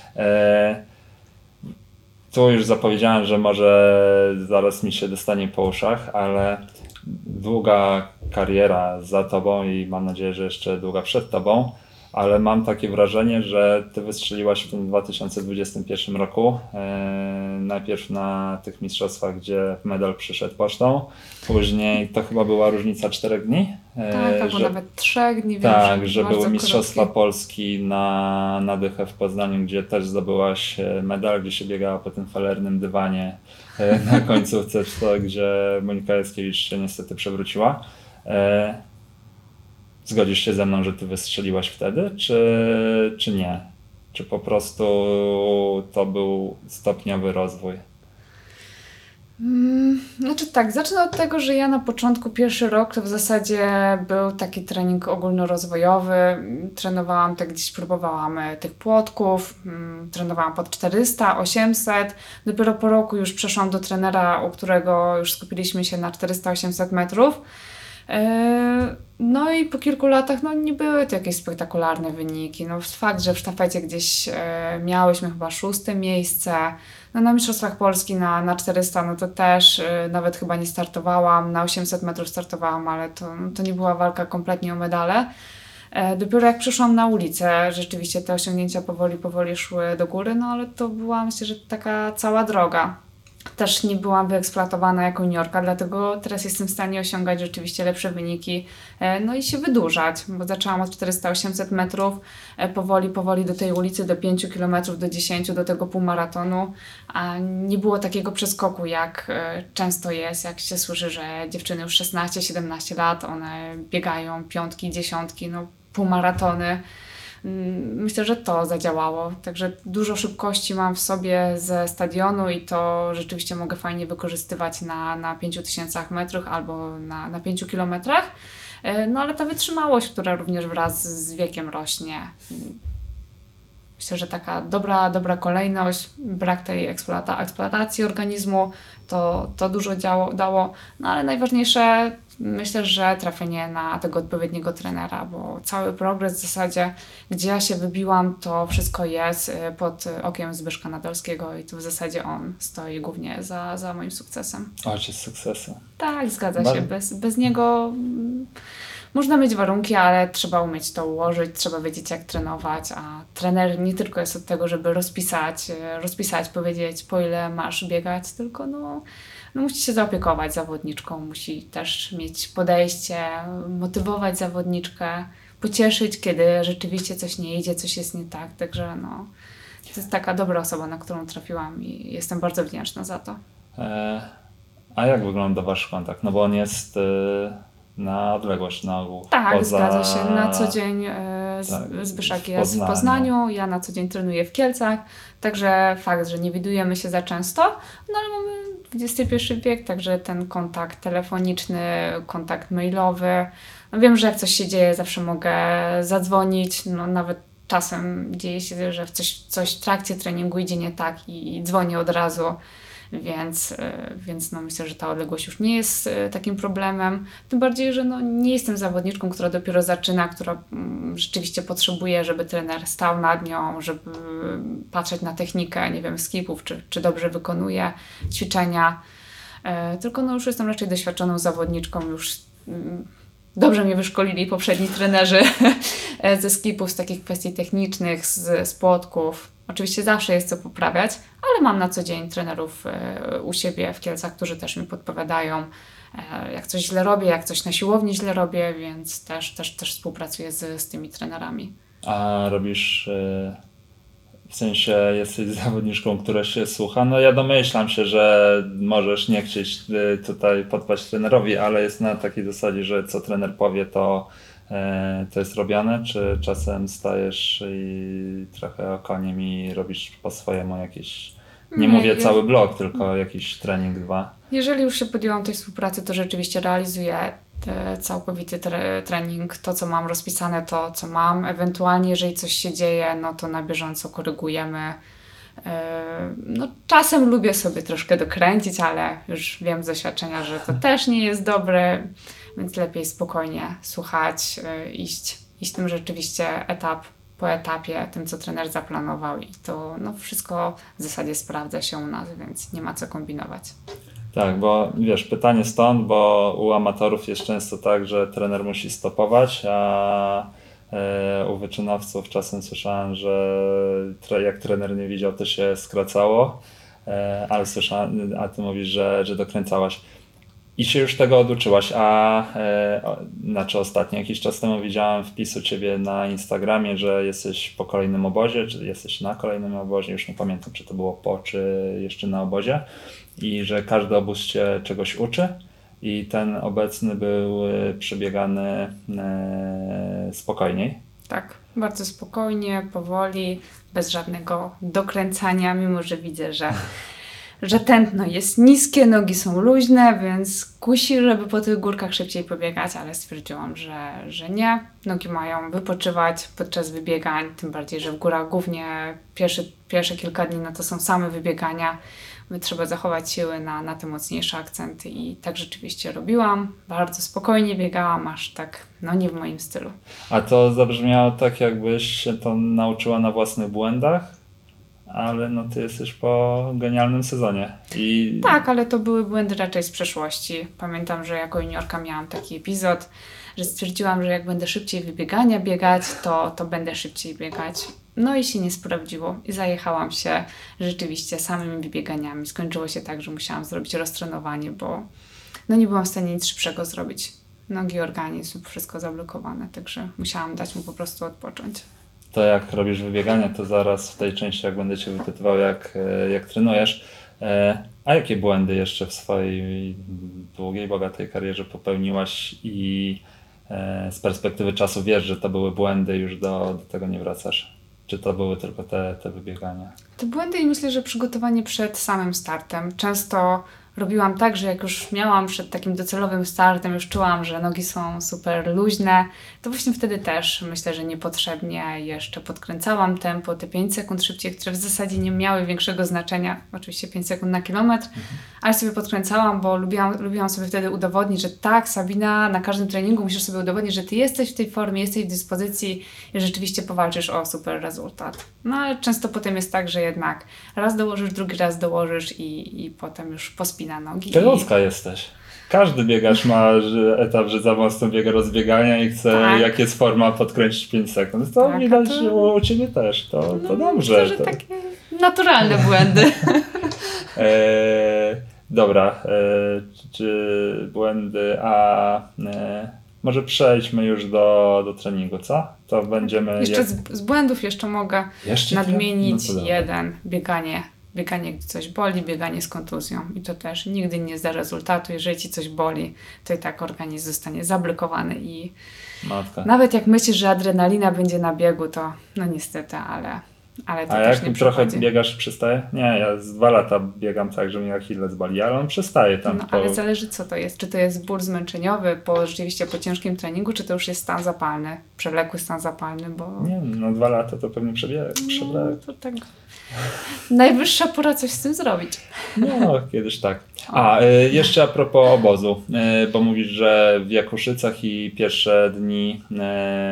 B: Tu już zapowiedziałem, że może zaraz mi się dostanie po uszach, ale długa kariera za Tobą i mam nadzieję, że jeszcze długa przed Tobą, ale mam takie wrażenie, że Ty wystrzeliłaś w tym dwa tysiące dwudziestym pierwszym roku. E, najpierw na tych mistrzostwach, gdzie medal przyszedł pocztą, później to chyba była różnica czterech dni.
C: E, tak, albo że, nawet trzech dni.
B: Tak, że były mistrzostwa krótki. Polski na, na Dychę w Poznaniu, gdzie też zdobyłaś medal, gdzie się biegała po tym falernym dywanie e, na końcówce, to, gdzie Monika Jackiewicz się niestety przewróciła. E, Zgodzisz się ze mną, że Ty wystrzeliłaś wtedy, czy, czy nie? Czy po prostu to był stopniowy rozwój?
C: Hmm, znaczy tak, zacznę od tego, że ja na początku, pierwszy rok to w zasadzie był taki trening ogólnorozwojowy. Trenowałam tak, gdzieś próbowałam tych płotków, hmm, trenowałam pod czterysta, osiemset. Dopiero po roku już przeszłam do trenera, u którego już skupiliśmy się na czterysta osiemset metrów. No i po kilku latach no nie były to jakieś spektakularne wyniki. No fakt, że w sztafecie gdzieś e, miałyśmy chyba szóste miejsce. No na Mistrzostwach Polski na, na czterysta no to też e, nawet chyba nie startowałam. Na osiemset metrów startowałam, ale to, no, to nie była walka kompletnie o medale. E, dopiero jak przyszłam na ulicę, rzeczywiście te osiągnięcia powoli, powoli szły do góry, no ale to była myślę, że taka cała droga. też nie byłam wyeksploatowana jako juniorka, dlatego teraz jestem w stanie osiągać rzeczywiście lepsze wyniki, no i się wydłużać, bo zaczęłam od czterysta osiemset metrów, powoli, powoli do tej ulicy, do pięciu kilometrów, do dziesięciu, do tego półmaratonu, a nie było takiego przeskoku, jak często jest, jak się słyszy, że dziewczyny już szesnaście siedemnaście lat, one biegają piątki, dziesiątki, no półmaratony. Myślę, że to zadziałało. Także dużo szybkości mam w sobie ze stadionu i to rzeczywiście mogę fajnie wykorzystywać na, na pięciu tysiącach metrów albo na, na pięciu kilometrach. No ale ta wytrzymałość, która również wraz z wiekiem rośnie. Myślę, że taka dobra, dobra kolejność, brak tej eksploata- eksploatacji organizmu, to, to dużo działo, dało. No ale najważniejsze, myślę, że trafienie na tego odpowiedniego trenera, bo cały progres w zasadzie, gdzie ja się wybiłam, to wszystko jest pod okiem Zbyszka Nadolskiego i tu w zasadzie on stoi głównie za, za moim sukcesem.
B: Ojciec sukcesu.
C: Tak, zgadza
B: Bar-
C: się. Bez, bez niego mm, można mieć warunki, ale trzeba umieć to ułożyć, trzeba wiedzieć jak trenować, a trener nie tylko jest od tego, żeby rozpisać, e, rozpisać, powiedzieć po ile masz biegać, tylko no, no musi się zaopiekować zawodniczką, musi też mieć podejście, motywować zawodniczkę, pocieszyć, kiedy rzeczywiście coś nie idzie, coś jest nie tak, także no to jest taka dobra osoba, na którą trafiłam i jestem bardzo wdzięczna za to.
B: E, a jak wygląda wasz kontakt? No bo on jest e, na odległość na ogół.
C: Tak,
B: poza...
C: zgadza się. Na co dzień e, z,
B: Tak,
C: Zbyszek
B: w
C: jest w
B: Poznaniu.
C: Poznaniu, ja na co dzień trenuję w Kielcach, także fakt, że nie widujemy się za często, no ale mamy dwudziesty pierwszy wiek, także ten kontakt telefoniczny, kontakt mailowy. No wiem, że jak coś się dzieje, zawsze mogę zadzwonić, no nawet czasem dzieje się, że w coś, coś w trakcie treningu idzie nie tak i, i dzwonię od razu. Więc, więc no myślę, że ta odległość już nie jest takim problemem. Tym bardziej, że no nie jestem zawodniczką, która dopiero zaczyna, która mm, rzeczywiście potrzebuje, żeby trener stał nad nią, żeby patrzeć na technikę, nie wiem, skipów, czy, czy dobrze wykonuje ćwiczenia. E, tylko no już jestem raczej doświadczoną zawodniczką, już mm, dobrze mnie wyszkolili poprzedni trenerzy ze skipów, z takich kwestii technicznych, z, z płotków. Oczywiście zawsze jest co poprawiać, ale mam na co dzień trenerów e, u siebie w Kielcach, którzy też mi podpowiadają, e, jak coś źle robię, jak coś na siłowni źle robię, więc też, też, też współpracuję z, z tymi trenerami.
B: A robisz, e, w sensie jesteś zawodniczką, która się słucha? No ja domyślam się, że możesz nie chcieć e, tutaj podpaść trenerowi, ale jest na takiej zasadzie, że co trener powie, to to jest robione, czy czasem stajesz i trochę okoniem i robisz po swojemu jakieś, nie,
C: Nie,
B: mówię
C: ja-
B: cały blok, tylko jakiś trening, dwa.
C: Jeżeli już się podjęłam tej współpracy, to rzeczywiście realizuję te, całkowity tre, trening, to co mam rozpisane, to co mam. Ewentualnie jeżeli coś się dzieje, no to na bieżąco korygujemy. Yy, No, czasem lubię sobie troszkę dokręcić, ale już wiem z doświadczenia, że to też nie jest dobre, więc lepiej spokojnie słuchać, yy, iść, iść tym rzeczywiście etap po etapie, tym co trener zaplanował i to no, wszystko w zasadzie sprawdza się u nas, więc nie ma co kombinować.
B: Tak, bo wiesz, pytanie stąd, bo u amatorów jest często tak, że trener musi stopować, a e, u wyczynowców czasem słyszałem, że tre, jak trener nie widział, to się skracało, e, ale słyszałem, a ty mówisz, że, że dokręcałaś. I się już tego oduczyłaś, a e, o, znaczy ostatnio, jakiś czas temu widziałem wpis u ciebie na Instagramie, że jesteś po kolejnym obozie, czy jesteś na kolejnym obozie, już nie pamiętam, czy to było po, czy jeszcze na obozie, i że każdy obóz cię czegoś uczy i ten obecny był e, przebiegany e, spokojniej.
C: Tak, bardzo spokojnie, powoli, bez żadnego dokręcania, mimo że widzę, że że tętno jest niskie, nogi są luźne, więc kusi, żeby po tych górkach szybciej pobiegać, ale stwierdziłam, że, że nie. Nogi mają wypoczywać podczas wybiegań, tym bardziej, że w górach głównie pierwsze, pierwsze kilka dni no to są same wybiegania. My trzeba zachować siły na, na te mocniejsze akcenty i tak rzeczywiście robiłam. Bardzo spokojnie biegałam, aż tak, no nie w moim stylu.
B: A to zabrzmiało tak, jakbyś się to nauczyła na własnych błędach? ale no ty jesteś po genialnym sezonie. I...
C: Tak, ale to były błędy raczej z przeszłości. Pamiętam, że jako juniorka miałam taki epizod, że stwierdziłam, że jak będę szybciej wybiegania biegać, to, to będę szybciej biegać. No i się nie sprawdziło i zajechałam się rzeczywiście samymi wybieganiami. Skończyło się tak, że musiałam zrobić roztrenowanie, bo no nie byłam w stanie nic szybszego zrobić. Nogi, organizm, wszystko zablokowane, także musiałam dać mu po prostu odpocząć.
B: To jak robisz wybieganie, to zaraz w tej części, jak będę Cię wypytywał, jak, jak trenujesz. A jakie błędy jeszcze w swojej długiej, bogatej karierze popełniłaś i z perspektywy czasu wiesz, że to były błędy, już do, do tego nie wracasz? Czy to były tylko te, te wybiegania?
C: Te błędy i myślę, że przygotowanie przed samym startem. Często robiłam tak, że jak już miałam przed takim docelowym startem, już czułam, że nogi są super luźne, to właśnie wtedy też myślę, że niepotrzebnie jeszcze podkręcałam tempo, te pięć sekund szybciej, które w zasadzie nie miały większego znaczenia, oczywiście pięć sekund na kilometr, mhm. ale sobie podkręcałam, bo lubiłam, lubiłam sobie wtedy udowodnić, że tak, Sabina, na każdym treningu musisz sobie udowodnić, że ty jesteś w tej formie, jesteś w dyspozycji i rzeczywiście powalczysz o super rezultat. No ale często potem jest tak, że jednak raz dołożysz, drugi raz dołożysz i, i potem już pospinasz na nogi.
B: Ty ludzka i... jesteś. Każdy biegacz ma że etap, że za mocno biega rozbiegania i chce, tak. jak jest forma, podkręcić pięć sekund. To tak, widać to... u Ciebie też. To, to no, dobrze.
C: Myślę, że
B: to...
C: takie naturalne błędy.
B: e, dobra. E, czy błędy, a e, może przejdźmy już do, do treningu, co? To będziemy...
C: Jeszcze
B: jak...
C: z, z błędów jeszcze mogę
B: jeszcze
C: nadmienić
B: no
C: jeden. Bieganie. Bieganie, gdy coś boli, bieganie z kontuzją. I to też nigdy nie zda rezultatu. Jeżeli ci coś boli, to i tak organizm zostanie zablokowany i
B: Matka.
C: Nawet jak myślisz, że adrenalina będzie na biegu, to no niestety, ale, ale to
B: A
C: też
B: jak
C: nie
B: trochę
C: przychodzi.
B: biegasz, przestaje? Nie, ja z dwa lata biegam tak, że mi Achilles boli, ale on przestaje tam.
C: No
B: po...
C: ale zależy co to jest. Czy to jest ból zmęczeniowy po rzeczywiście po ciężkim treningu, czy to już jest stan zapalny, przewlekły stan zapalny, bo...
B: Nie no dwa lata to pewnie przebieg. przebieg.
C: No, to tak... Najwyższa pora coś z tym zrobić.
B: No, kiedyś tak. A, y, jeszcze a propos obozu, y, bo mówisz, że w Jakuszycach i pierwsze dni y,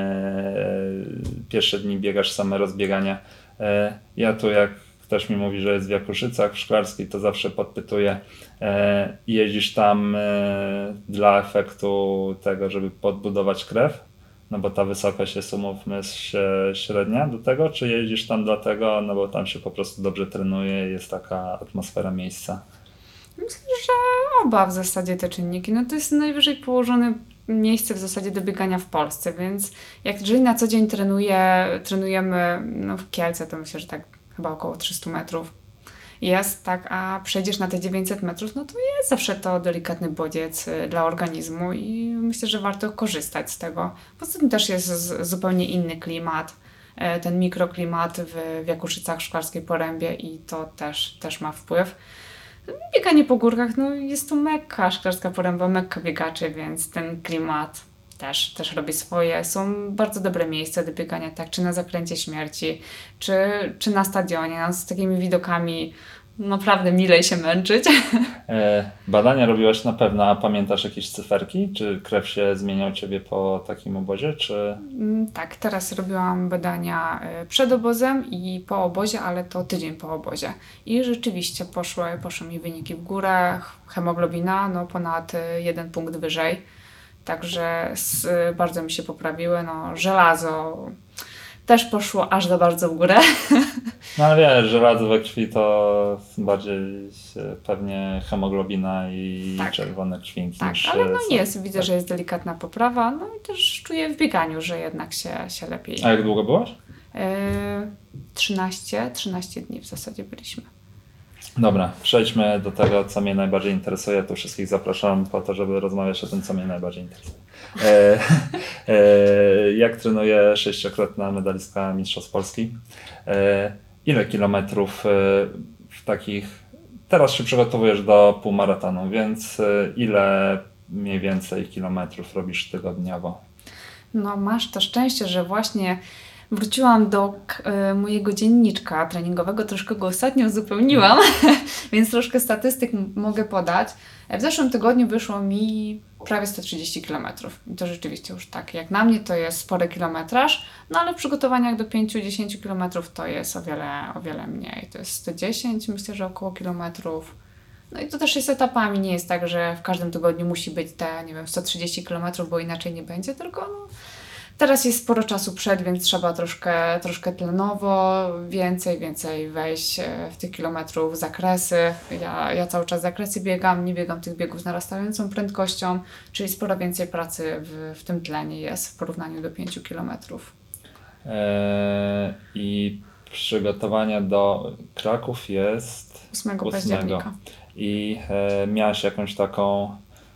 B: pierwsze dni biegasz same rozbiegania. Y, ja tu jak ktoś mi mówi, że jest w Jakuszycach, w Szklarskiej, to zawsze podpytuję, y, jeździsz tam y, dla efektu tego, żeby podbudować krew? No bo ta wysokość jest, umówmy się, średnia do tego, czy jeździsz tam dlatego, no bo tam się po prostu dobrze trenuje i jest taka atmosfera miejsca?
C: Myślę, że oba w zasadzie te czynniki. No to jest najwyżej położone miejsce w zasadzie do biegania w Polsce, więc jak jeżeli na co dzień trenuję, trenujemy no w Kielce, to myślę, że tak chyba około trzysta metrów jest, tak, a przejdziesz na te dziewięćset metrów, no to jest zawsze to delikatny bodziec dla organizmu i myślę, że warto korzystać z tego. Poza tym też jest z, zupełnie inny klimat, ten mikroklimat w, w Jakuszycach, Szklarskiej Porębie i to też, też ma wpływ. Bieganie po górkach, no jest to Mekka, Szklarska Poręba, Mekka biegaczy, więc ten klimat też, też robi swoje. Są bardzo dobre miejsca do biegania, tak, czy na Zakręcie Śmierci, czy, czy na stadionie, no, z takimi widokami naprawdę milej się męczyć.
B: E, badania robiłaś na pewno, a pamiętasz jakieś cyferki? Czy krew się zmienia u Ciebie po takim obozie? Czy...
C: Tak, teraz robiłam badania przed obozem i po obozie, ale to tydzień po obozie. I rzeczywiście poszły, poszły mi wyniki w górę, hemoglobina no ponad jeden punkt wyżej. Także z, bardzo mi się poprawiły. No, żelazo też poszło aż za bardzo w górę.
B: No ale wiesz, żelazo we krwi to bardziej pewnie hemoglobina i tak. czerwone krwinki.
C: Tak,
B: niż
C: ale no
B: są.
C: jest, widzę, tak. że jest delikatna poprawa. No i też czuję w bieganiu, że jednak się, się lepiej.
B: A jak długo byłaś?
C: Yy, trzynaście, trzynaście dni w zasadzie byliśmy.
B: Dobra, przejdźmy do tego, co mnie najbardziej interesuje. Tu wszystkich zapraszam po to, żeby rozmawiać o tym, co mnie najbardziej interesuje. E, e, jak trenuje sześciokrotna medalistka Mistrzostw Polski? E, ile kilometrów e, w takich... Teraz się przygotowujesz do półmaratonu, więc e, ile mniej więcej kilometrów robisz tygodniowo?
C: No masz to szczęście, że właśnie Wróciłam do y, mojego dzienniczka treningowego, troszkę go ostatnio uzupełniłam, więc troszkę statystyk m- mogę podać. W zeszłym tygodniu wyszło mi prawie sto trzydzieści kilometrów. I to rzeczywiście już tak, jak na mnie to jest spory kilometraż, no ale w przygotowaniach do pięć do dziesięciu kilometrów to jest o wiele, o wiele mniej. To jest sto dziesięć, myślę, że około kilometrów. No i to też jest etapami, nie jest tak, że w każdym tygodniu musi być te, nie wiem, sto trzydzieści kilometrów, bo inaczej nie będzie, tylko no, teraz jest sporo czasu przed, więc trzeba troszkę, troszkę tlenowo, więcej, więcej wejść w tych kilometrów, w zakresy. Ja, ja cały czas zakresy biegam, nie biegam tych biegów z narastającą prędkością, czyli sporo więcej pracy w, w tym tlenie jest w porównaniu do pięciu kilometrów.
B: Eee, I przygotowania do Kraków jest
C: ósmego października.
B: I e, miałaś jakąś taką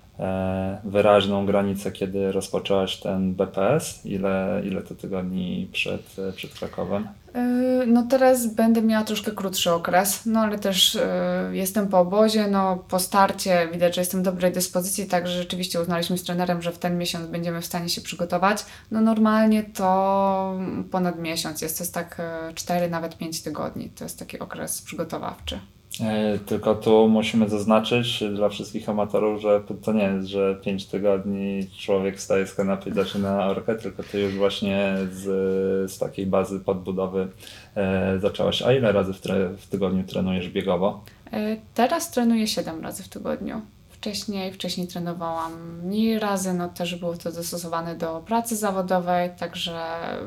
B: e, wyraźną granicę, kiedy rozpoczęłaś ten B P S? Ile, ile to tygodni przed, przed Krakowem?
C: Yy, No teraz będę miała troszkę krótszy okres, no ale też yy, jestem po obozie, no po starcie widać, że jestem w dobrej dyspozycji, także rzeczywiście uznaliśmy z trenerem, że w ten miesiąc będziemy w stanie się przygotować. No normalnie to ponad miesiąc jest, to jest tak yy, cztery, nawet pięć tygodni, to jest taki okres przygotowawczy.
B: E, Tylko tu musimy zaznaczyć dla wszystkich amatorów, że to nie jest, że pięć tygodni człowiek wstaje z kanapy i zaczyna orkę, tylko ty już właśnie z, z takiej bazy podbudowy e, zaczęłaś. A ile razy w, tre, w tygodniu trenujesz biegowo?
C: Yy, Teraz trenuję siedem razy w tygodniu. Wcześniej, wcześniej trenowałam mniej razy, no też było to dostosowane do pracy zawodowej, także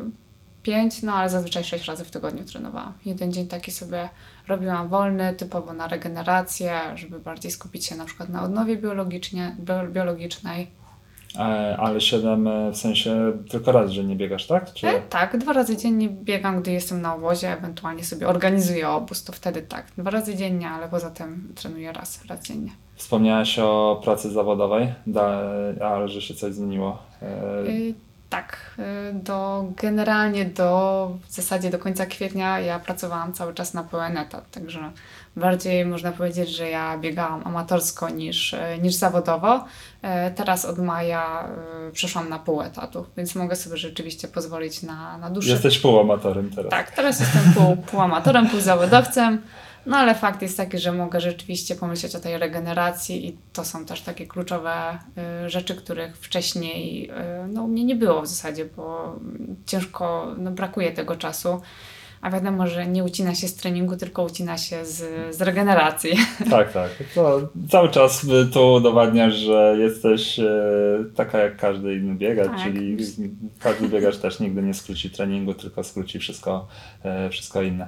C: pięć, no ale zazwyczaj sześć razy w tygodniu trenowałam. Jeden dzień taki sobie robiłam wolny, typowo na regenerację, żeby bardziej skupić się na przykład na odnowie biologicznie, bio- biologicznej.
B: E, ale siedem w sensie tylko raz, że nie biegasz, tak? Czy...
C: E, tak, dwa razy dziennie biegam, gdy jestem na obozie, ewentualnie sobie organizuję obóz, to wtedy tak, dwa razy dziennie, ale poza tym trenuję raz, raz dziennie.
B: Wspomniałaś o pracy zawodowej, da, ale że się coś zmieniło. E,
C: Y, Tak, y, do, generalnie do, w zasadzie do końca kwietnia ja pracowałam cały czas na pełen etat, także bardziej można powiedzieć, że ja biegałam amatorsko niż, y, niż zawodowo. Y, Teraz od maja y, przeszłam na pół etatu, więc mogę sobie rzeczywiście pozwolić na, na dłuższe...
B: Jesteś półamatorem teraz.
C: Tak, teraz jestem pół, pół amatorem, pół zawodowcem. No ale fakt jest taki, że mogę rzeczywiście pomyśleć o tej regeneracji i to są też takie kluczowe y, rzeczy, których wcześniej y, no, u mnie nie było w zasadzie, bo ciężko, no, brakuje tego czasu. A wiadomo, że nie ucina się z treningu, tylko ucina się z, z regeneracji.
B: Tak, tak. To cały czas tu udowadniasz, że jesteś e, taka jak każdy inny biegacz,
C: Tak.
B: czyli każdy biegacz też nigdy nie skróci treningu, tylko skróci wszystko, e, wszystko inne.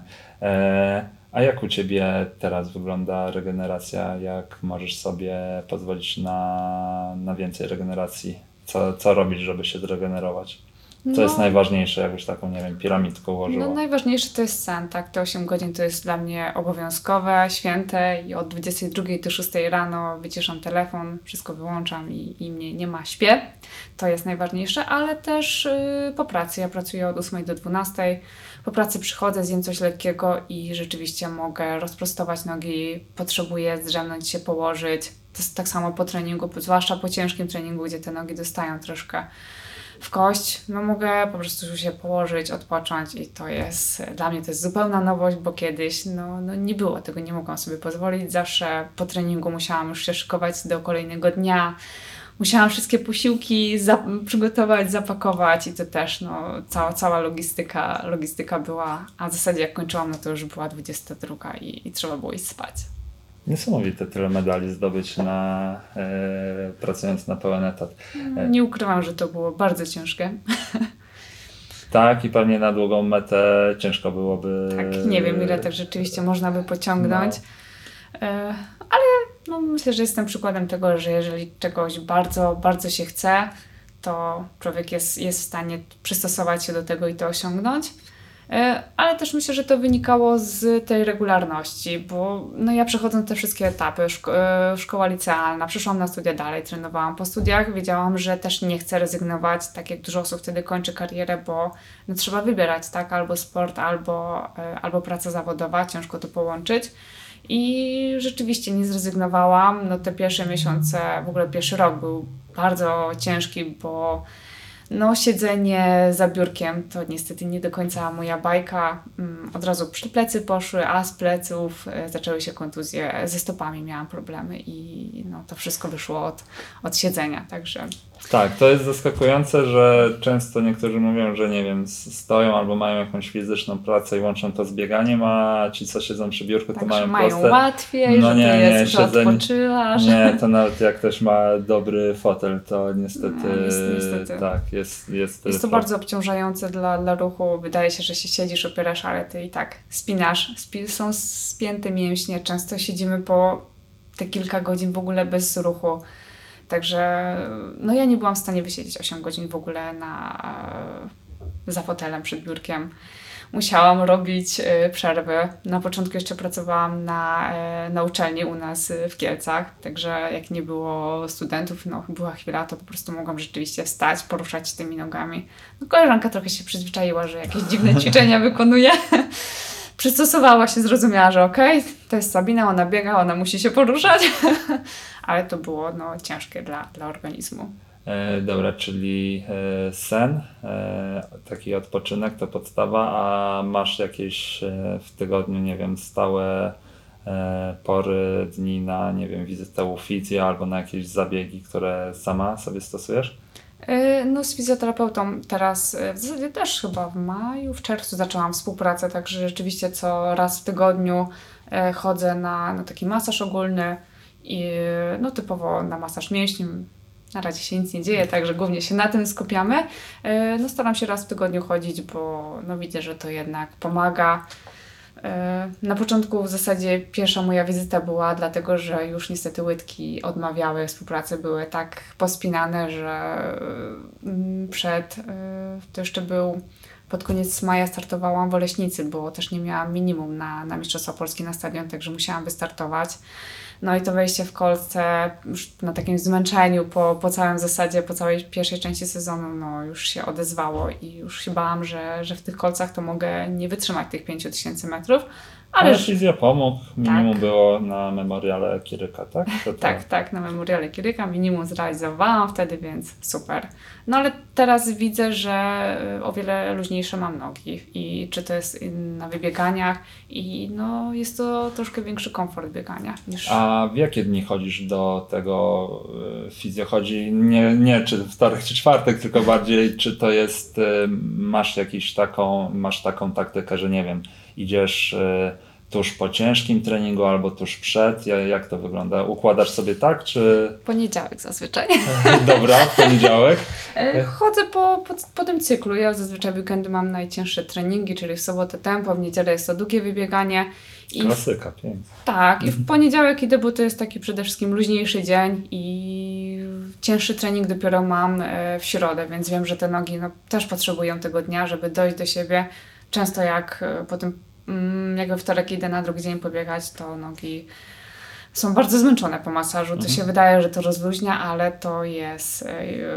B: E, a jak u Ciebie teraz wygląda regeneracja? Jak możesz sobie pozwolić na, na więcej regeneracji? Co, co robić, żeby się zregenerować? Co
C: No.
B: jest najważniejsze, jakbyś taką, nie wiem, piramidkę ułożyła?
C: No najważniejsze to jest sen, tak? Te osiem godzin to jest dla mnie obowiązkowe, święte i od dwudziestej drugiej do szóstej rano wyciszam telefon, wszystko wyłączam i, i mnie nie ma, śpię. To jest najważniejsze, ale też yy, po pracy. Ja pracuję od ósmej do dwunastej. Po pracy przychodzę, zjem coś lekkiego i rzeczywiście mogę rozprostować nogi, potrzebuję zdrzemnąć się, położyć. To jest tak samo po treningu, zwłaszcza po ciężkim treningu, gdzie te nogi dostają troszkę w kość, no mogę po prostu się położyć, odpocząć i to jest, dla mnie to jest zupełna nowość, bo kiedyś no, no nie było tego, nie mogłam sobie pozwolić, zawsze po treningu musiałam już się szykować do kolejnego dnia, musiałam wszystkie posiłki za- przygotować, zapakować i to też no, cała, cała logistyka, logistyka była, a w zasadzie jak kończyłam, no to już była dwudziesta druga i, i trzeba było iść spać.
B: Niesamowite tyle medali zdobyć na, e, pracując na pełen etat. E,
C: Nie ukrywam, że to było bardzo ciężkie.
B: tak i pewnie na długą metę ciężko byłoby...
C: Tak, nie wiem ile tak rzeczywiście można by pociągnąć, no. e, ale no, myślę, że jestem przykładem tego, że jeżeli czegoś bardzo, bardzo się chce, to człowiek jest, jest w stanie przystosować się do tego i to osiągnąć. Ale też myślę, że to wynikało z tej regularności, bo no ja przechodząc te wszystkie etapy, szko- szkoła licealna, przyszłam na studia dalej, trenowałam po studiach, wiedziałam, że też nie chcę rezygnować, tak jak dużo osób wtedy kończy karierę, bo no, trzeba wybierać, tak, albo sport, albo, albo praca zawodowa, ciężko to połączyć. I rzeczywiście nie zrezygnowałam, no te pierwsze miesiące, w ogóle pierwszy rok był bardzo ciężki, bo No, siedzenie za biurkiem to niestety nie do końca moja bajka. Od razu plecy poszły, a z pleców zaczęły się kontuzje. Ze stopami miałam problemy i no, to wszystko wyszło od, od siedzenia, także...
B: Tak, to jest zaskakujące, że często niektórzy mówią, że nie wiem, stoją albo mają jakąś fizyczną pracę i łączą to z bieganiem, a ci, co siedzą przy biurku, to
C: tak,
B: mają
C: mają
B: proste.
C: łatwiej,
B: no
C: że
B: nie,
C: to
B: nie,
C: jest, że
B: siedzenie,
C: odpoczywasz.
B: Nie, to nawet jak ktoś ma dobry fotel, to niestety,
C: No, niestety.
B: tak, jest Jest,
C: jest to bardzo obciążające dla, dla ruchu. Wydaje się, że się siedzisz, opierasz, ale ty i tak spinasz. Spi- są spięte mięśnie. Często siedzimy po te kilka godzin w ogóle bez ruchu. Także no ja nie byłam w stanie wysiedzieć osiem godzin w ogóle na, za fotelem przed biurkiem. Musiałam robić y, przerwy. Na początku jeszcze pracowałam na, y, na uczelni u nas y, w Kielcach, także jak nie było studentów, no była chwila, to po prostu mogłam rzeczywiście wstać, poruszać tymi nogami. No, koleżanka trochę się przyzwyczaiła, że jakieś dziwne ćwiczenia wykonuje. Przystosowała się, zrozumiała, że okej, okay, to jest Sabina, ona biega, ona musi się poruszać. Ale to było no, ciężkie dla, dla organizmu.
B: E, dobra, czyli e, sen, e, taki odpoczynek to podstawa, a masz jakieś e, w tygodniu, nie wiem, stałe e, pory, dni na, nie wiem, wizytę u fizjo albo na jakieś zabiegi, które sama sobie stosujesz?
C: No z fizjoterapeutą teraz w zasadzie też chyba w maju, w czerwcu zaczęłam współpracę, także rzeczywiście co raz w tygodniu chodzę na, na taki masaż ogólny i no typowo na masaż mięśni. Na razie się nic nie dzieje, także głównie się na tym skupiamy. No staram się raz w tygodniu chodzić, bo no widzę, że to jednak pomaga. Na początku w zasadzie pierwsza moja wizyta była dlatego, że już niestety łydki odmawiały współpracy, były tak pospinane, że przed, to jeszcze był pod koniec maja startowałam w Oleśnicy, bo też nie miałam minimum na, na Mistrzostwa Polski na stadion, także musiałam wystartować. No i to wejście w kolce już na takim zmęczeniu po, po całym zasadzie, po całej pierwszej części sezonu, no już się odezwało i już się bałam, że, że w tych kolcach to mogę nie wytrzymać tych pięć tysięcy metrów. Ale
B: Ale fizjo pomógł, minimum
C: tak.
B: było na memoriale Kiryka, tak? To to...
C: Tak, tak, na memoriale Kiryka minimum zrealizowałam wtedy, więc super. No ale teraz widzę, że o wiele luźniejsze mam nogi i czy to jest na wybieganiach i no jest to troszkę większy komfort biegania niż...
B: A w jakie dni chodzisz do tego y, fizjo? Chodzi nie, nie czy wtorek czy czwartek, tylko bardziej czy to jest, y, masz jakiś taką, masz taką taktykę, że nie wiem, idziesz y, tuż po ciężkim treningu albo tuż przed? Jak to wygląda? Układasz sobie tak, czy...
C: Poniedziałek zazwyczaj.
B: Dobra, w poniedziałek.
C: Chodzę po, po, po tym cyklu. Ja zazwyczaj w weekendy mam najcięższe treningi, czyli w sobotę tempo, w niedzielę jest to długie wybieganie. I
B: Klasyka, pięknie.
C: Tak, i w poniedziałek idę, bo to jest taki przede wszystkim luźniejszy dzień i cięższy trening dopiero mam w środę, więc wiem, że te nogi no, też potrzebują tego dnia, żeby dojść do siebie. Często jak po tym, jak we wtorek idę na drugi dzień pobiegać, to nogi są bardzo zmęczone po masażu. To
B: mhm. się
C: wydaje, że to rozluźnia, ale to jest,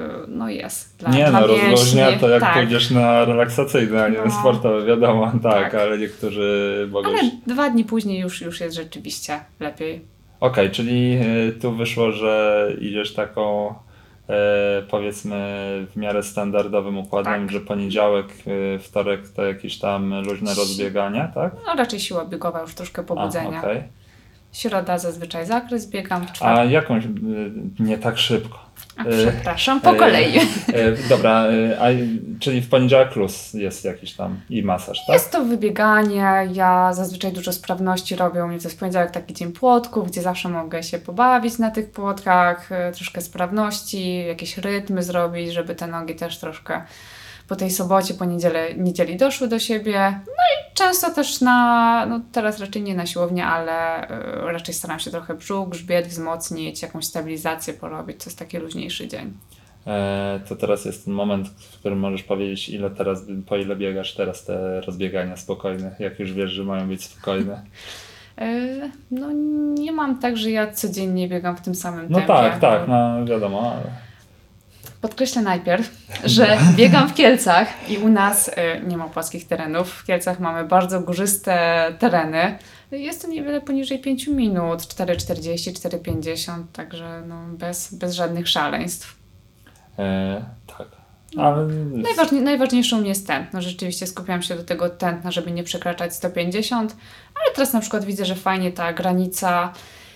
C: no jest dla,
B: Nie,
C: dla
B: no
C: mięśni.
B: rozluźnia to jak
C: tak.
B: pójdziesz na relaksacyjne, a nie
C: No.
B: sportowe, wiadomo, tak,
C: Tak.
B: ale niektórzy mogą...
C: Ale dwa dni później już, już jest rzeczywiście lepiej.
B: Okej, okay, czyli y, tu wyszło, że idziesz taką y, powiedzmy w miarę standardowym układem,
C: Tak.
B: że poniedziałek, y, wtorek to jakieś tam luźne rozbiegania, tak?
C: No raczej siła biegowa, już troszkę pobudzenia.
B: A, okay.
C: Środa zazwyczaj zakres, biegam w
B: A
C: czwartek.
B: jakąś, y, nie tak szybko.
C: A, przepraszam, po kolei.
B: Y, y, dobra, y, a, czyli w poniedziałek luz jest jakiś tam i masaż, tak?
C: Jest to wybieganie, ja zazwyczaj dużo sprawności robię, u mnie to jest poniedziałek taki dzień płotków, gdzie zawsze mogę się pobawić na tych płotkach, troszkę sprawności, jakieś rytmy zrobić, żeby te nogi też troszkę po tej sobocie, po niedzielę, niedzieli doszły do siebie. No i często też na, no teraz raczej nie na siłownię, ale y, raczej staram się trochę brzuch, grzbiet wzmocnić, jakąś stabilizację porobić, to jest taki luźniejszy dzień.
B: E, to teraz jest ten moment, w którym możesz powiedzieć, ile teraz, po ile biegasz teraz te rozbiegania spokojne, jak już wiesz, że mają być spokojne.
C: Y, no nie mam tak, że ja codziennie biegam w tym samym
B: No
C: tempie.
B: tak, tak, no wiadomo, ale...
C: Podkreślę najpierw, że biegam w Kielcach i u nas y, nie ma płaskich terenów. W Kielcach mamy bardzo górzyste tereny. Jest to niewiele poniżej pięć minut, cztery czterdzieści, cztery pięćdziesiąt, także no bez, bez żadnych szaleństw.
B: E, tak. Ale...
C: Najważniej, najważniejsze u mnie jest tętno. Rzeczywiście skupiałam się do tego tętna, żeby nie przekraczać sto pięćdziesiąt, ale teraz na przykład widzę, że fajnie ta granica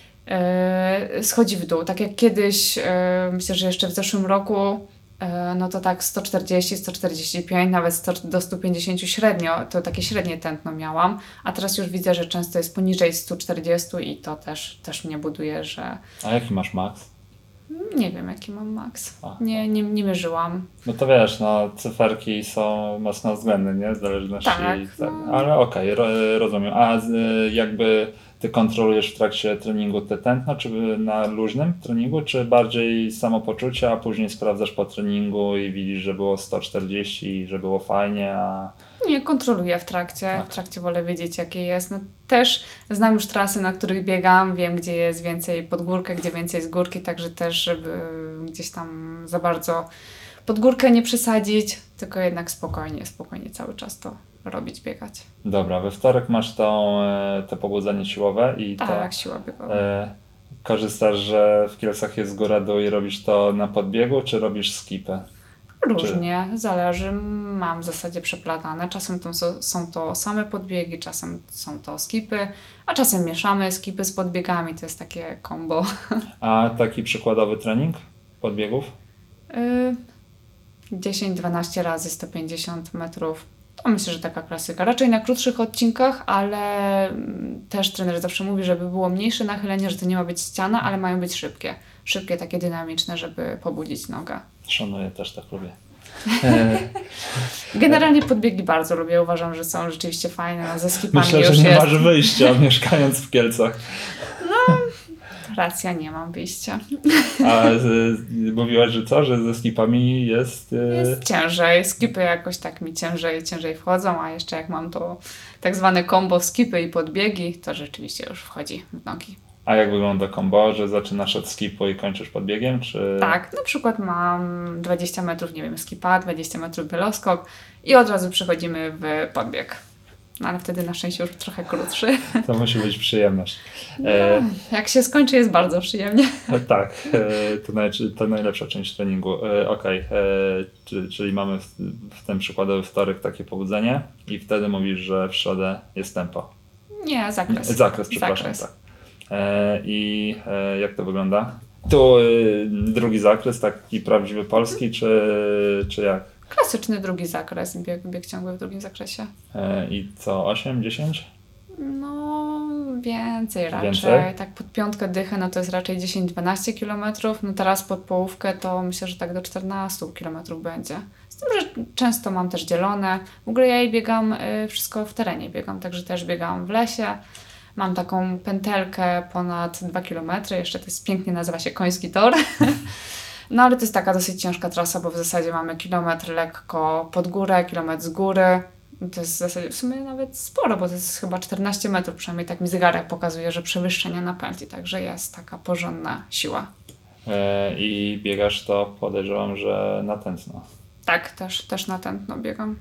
C: yy, schodzi w dół. Tak jak kiedyś, yy, myślę, że jeszcze w zeszłym roku, yy, no to tak sto czterdzieści, sto czterdzieści pięć, nawet sto, do sto pięćdziesiąt średnio, to takie średnie tętno miałam, a teraz już widzę, że często jest poniżej sto czterdzieści i to też, też mnie buduje, że...
B: A jaki masz maks?
C: Nie wiem, jaki mam maks.
B: A,
C: nie, nie, nie mierzyłam.
B: No to wiesz, no cyferki są mocno względne, nie? W zależności...
C: Tak,
B: tak.
C: no.
B: Ale okej, okay, ro, rozumiem. A z, jakby ty kontrolujesz w trakcie treningu te tętno, czy na luźnym treningu, czy bardziej samopoczucie, a później sprawdzasz po treningu i widzisz, że było sto czterdzieści i że było fajnie, a...
C: Nie, kontroluję w trakcie. W trakcie wolę wiedzieć, jakie jest. No, też znam już trasy, na których biegam, wiem, gdzie jest więcej pod górkę, gdzie więcej z górki, także też, żeby gdzieś tam za bardzo pod górkę nie przesadzić, tylko jednak spokojnie, spokojnie cały czas to robić, biegać.
B: Dobra, we wtorek masz tą, to pobudzenie siłowe i
C: Tak,
B: to...
C: siła biegowa.
B: E, korzystasz, że w Kielcach jest góra-dół i robisz to na podbiegu, czy robisz skipy?
C: Różnie, zależy. Mam w zasadzie przeplatane. Czasem to są, są to same podbiegi, czasem są to skipy, a czasem mieszamy skipy z podbiegami. To jest takie combo.
B: A taki przykładowy trening podbiegów?
C: Y, dziesięć dwanaście razy sto pięćdziesiąt metrów. To myślę, że taka klasyka. Raczej na krótszych odcinkach, ale mm, też trener zawsze mówi, żeby było mniejsze nachylenie, że to nie ma być ściana, ale mają być szybkie. Szybkie, takie dynamiczne, żeby pobudzić nogę.
B: Szanuję, też tak lubię.
C: Generalnie podbiegi bardzo lubię. Uważam, że są rzeczywiście fajne. No, ze skipami
B: Myślę,
C: już
B: że nie
C: jest.
B: masz wyjścia, mieszkając w Kielcach.
C: Racja, nie mam wyjścia.
B: A z, mówiłaś, że co? Że ze skipami jest... e,
C: Jest ciężej. Skipy jakoś tak mi ciężej, ciężej wchodzą, a jeszcze jak mam to tak zwane combo skipy i podbiegi, to rzeczywiście już wchodzi w nogi.
B: A jak wygląda combo, że zaczynasz od skipu i kończysz podbiegiem, czy...
C: Tak, na przykład mam dwadzieścia metrów, nie wiem, skipa, dwadzieścia metrów wieloskok i od razu przechodzimy w podbieg. No ale wtedy na szczęście już trochę krótszy.
B: To musi być przyjemność.
C: No,
B: E,
C: jak się skończy, jest bardzo przyjemnie.
B: tak, e, to, naj, to najlepsza część treningu. E, Okej, okay. Czyli, czyli mamy w, w ten przykładowy wtorek takie pobudzenie i wtedy mówisz, że w środę jest tempo.
C: Nie, zakres.
B: Zakres, przepraszam,
C: Zakres.
B: tak. E, I e, jak to wygląda? Tu e, drugi zakres, taki prawdziwy polski, czy, czy jak?
C: Klasyczny drugi zakres, bieg, bieg ciągły w drugim zakresie.
B: E, I co, osiem, dziesięć?
C: No, więcej raczej.
B: Więcej?
C: Tak pod piątkę dychę, no to jest raczej dziesięć dwanaście kilometrów. No teraz pod połówkę to myślę, że tak do czternaście kilometrów będzie. Z tym, że często mam też dzielone. W ogóle ja jej biegam y, wszystko w terenie biegam, także też biegam w lesie. Mam taką pętelkę ponad dwa kilometry, jeszcze to jest pięknie, nazywa się Koński Tor. No ale to jest taka dosyć ciężka trasa, bo w zasadzie mamy kilometr lekko pod górę, kilometr z góry. To jest w zasadzie w sumie nawet sporo, bo to jest chyba czternaście metrów, przynajmniej tak mi zegarek pokazuje, że przewyższenie na pętli, także jest taka porządna siła.
B: E, I biegasz to, podejrzewam, że na tętno.
C: Tak, też, też na tętno biegam.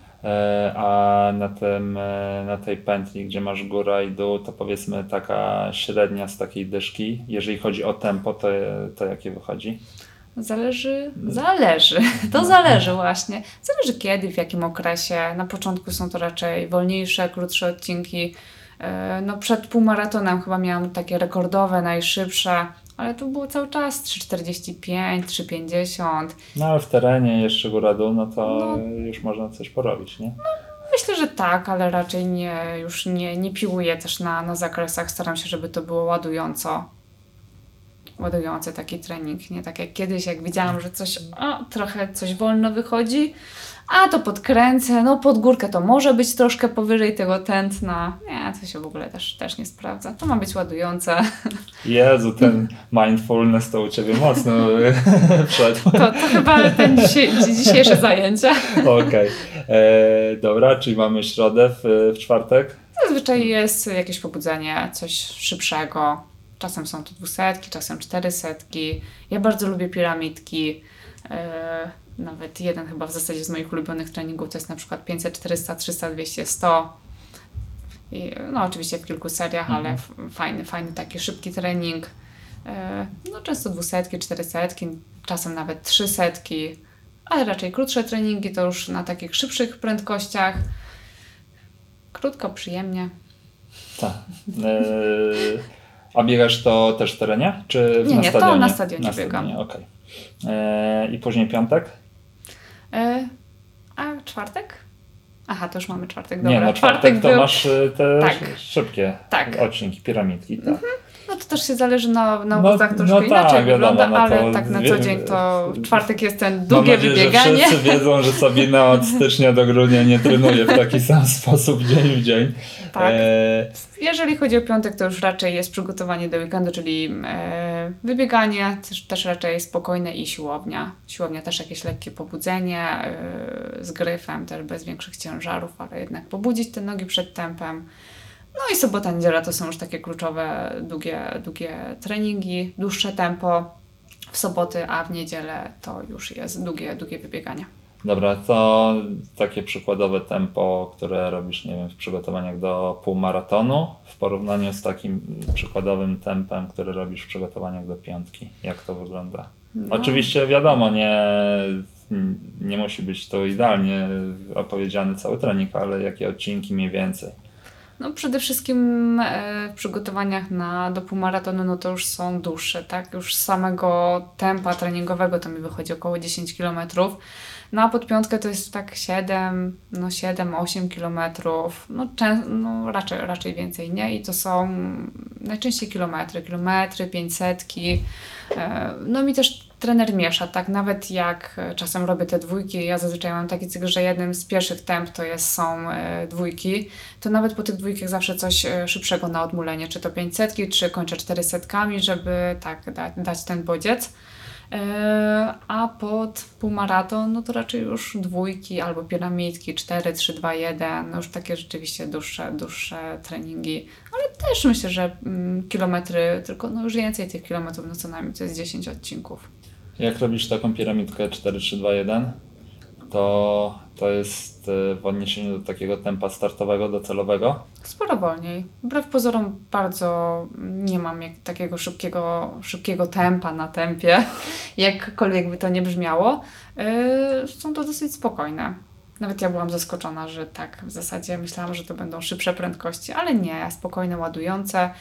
B: E, a na, tym, e, na tej pętli, gdzie masz góra i dół, to powiedzmy taka średnia z takiej dyszki. Jeżeli chodzi o tempo, to, to jakie wychodzi?
C: Zależy, zależy, to zależy właśnie. Zależy kiedy, w jakim okresie. Na początku są to raczej wolniejsze, krótsze odcinki. No przed półmaratonem chyba miałam takie rekordowe, najszybsze, ale to było cały czas trzy czterdzieści pięć, trzy pięćdziesiąt.
B: No ale w terenie jeszcze góra dół, no to
C: No.
B: już można coś porobić, nie?
C: Myślę, że tak, ale raczej nie, już nie, nie piłuję też na, na zakresach. Staram się, żeby to było ładująco. Ładujący taki trening, nie tak jak kiedyś, jak widziałam, że coś, o, trochę coś wolno wychodzi, a to podkręcę, no pod górkę to może być troszkę powyżej tego tętna. Nie, to się w ogóle też, też nie sprawdza. To ma być ładujące.
B: Jezu, ten mindfulness to u Ciebie mocno wszedł.
C: To, to chyba ten dzisiaj, dzisiejsze zajęcia.
B: Okej, okay. Dobra, czyli mamy środę w, w czwartek.
C: Zazwyczaj jest jakieś pobudzenie, coś szybszego. Czasem są to dwusetki, czasem czterysetki. Ja bardzo lubię piramidki. Yy, nawet jeden chyba w zasadzie z moich ulubionych treningów to jest na przykład pięćset, czterysta, trzysta, dwieście, sto. I, no oczywiście w kilku seriach,
B: Mhm.
C: ale f- fajny, fajny taki szybki trening. Yy, no często dwusetki, czterysetki, czasem nawet trzysetki. ale raczej krótsze treningi to już na takich szybszych prędkościach. Krótko, przyjemnie.
B: Tak. E, a biegasz to też w terenie? Czy w
C: Nie,
B: na
C: nie,
B: stadionie?
C: to na stadionie
B: na
C: biegam.
B: Stadionie, okej. E, I później piątek?
C: E, a czwartek? Aha, to już mamy czwartek, dobra.
B: Nie, no czwartek to
C: był...
B: masz y, te
C: Tak.
B: szybkie
C: Tak.
B: odcinki, piramidki. Tak.
C: Mhm. No to też się zależy na, na
B: No-
C: obozach, troszkę
B: no tak,
C: inaczej
B: wiadomo,
C: wygląda,
B: no
C: ale
B: to
C: tak na
B: wie-
C: co dzień to czwartek jest ten
B: Mam
C: długie
B: nadzieję,
C: wybieganie.
B: że wszyscy wiedzą, że Sabina od stycznia do grudnia nie trenuje w taki sam sposób dzień w dzień.
C: Tak.
B: E,
C: Jeżeli chodzi o piątek, to już raczej jest przygotowanie do weekendu, czyli e, wybieganie, też, też raczej spokojne i siłownia. Siłownia też jakieś lekkie pobudzenie e, z gryfem, też bez większych ciężarów, ale jednak pobudzić te nogi przed tempem. No i sobota, niedziela to są już takie kluczowe, długie, długie treningi, dłuższe tempo w soboty, a w niedzielę to już jest długie, długie wybieganie.
B: Dobra, to takie przykładowe tempo, które robisz, nie wiem, w przygotowaniach do półmaratonu w porównaniu z takim przykładowym tempem, który robisz w przygotowaniach do piątki. Jak to wygląda?
C: No.
B: Oczywiście wiadomo, nie, nie musi być to idealnie opowiedziany cały trening, ale jakie odcinki mniej więcej.
C: No przede wszystkim e, w przygotowaniach na, do półmaratonu no to już są dłuższe, tak? Już z samego tempa treningowego to mi wychodzi około dziesięć kilometrów. No a pod piątkę to jest tak siedem, no siedem osiem kilometrów, no, czę- no raczej, raczej więcej, nie? I to są najczęściej kilometry, kilometry, pięćsetki. E, no mi też trener miesza, tak? Nawet jak czasem robię te dwójki, ja zazwyczaj mam taki cykl, że jednym z pierwszych temp to jest, są e, dwójki, to nawet po tych dwójkach zawsze coś e, szybszego na odmulenie, czy to pięćsetki, czy kończę czterysetkami, żeby tak da, dać ten bodziec. E, a pod półmaraton, no to raczej już dwójki albo piramidki, cztery, trzy, dwa, jeden, no już takie rzeczywiście dłuższe, dłuższe treningi, ale też myślę, że mm, kilometry, tylko no już więcej tych kilometrów, no co najmniej to jest dziesięć odcinków.
B: Jak robisz taką piramidkę cztery trzy dwa jeden, to to jest y, w odniesieniu do takiego tempa startowego, docelowego.
C: Sporo wolniej. Wbrew pozorom bardzo nie mam jak, takiego szybkiego, szybkiego tempa na tempie, jakkolwiek by to nie brzmiało. Yy, są to dosyć spokojne. Nawet ja byłam zaskoczona, że tak, w zasadzie myślałam, że to będą szybsze prędkości, ale nie, spokojne, ładujące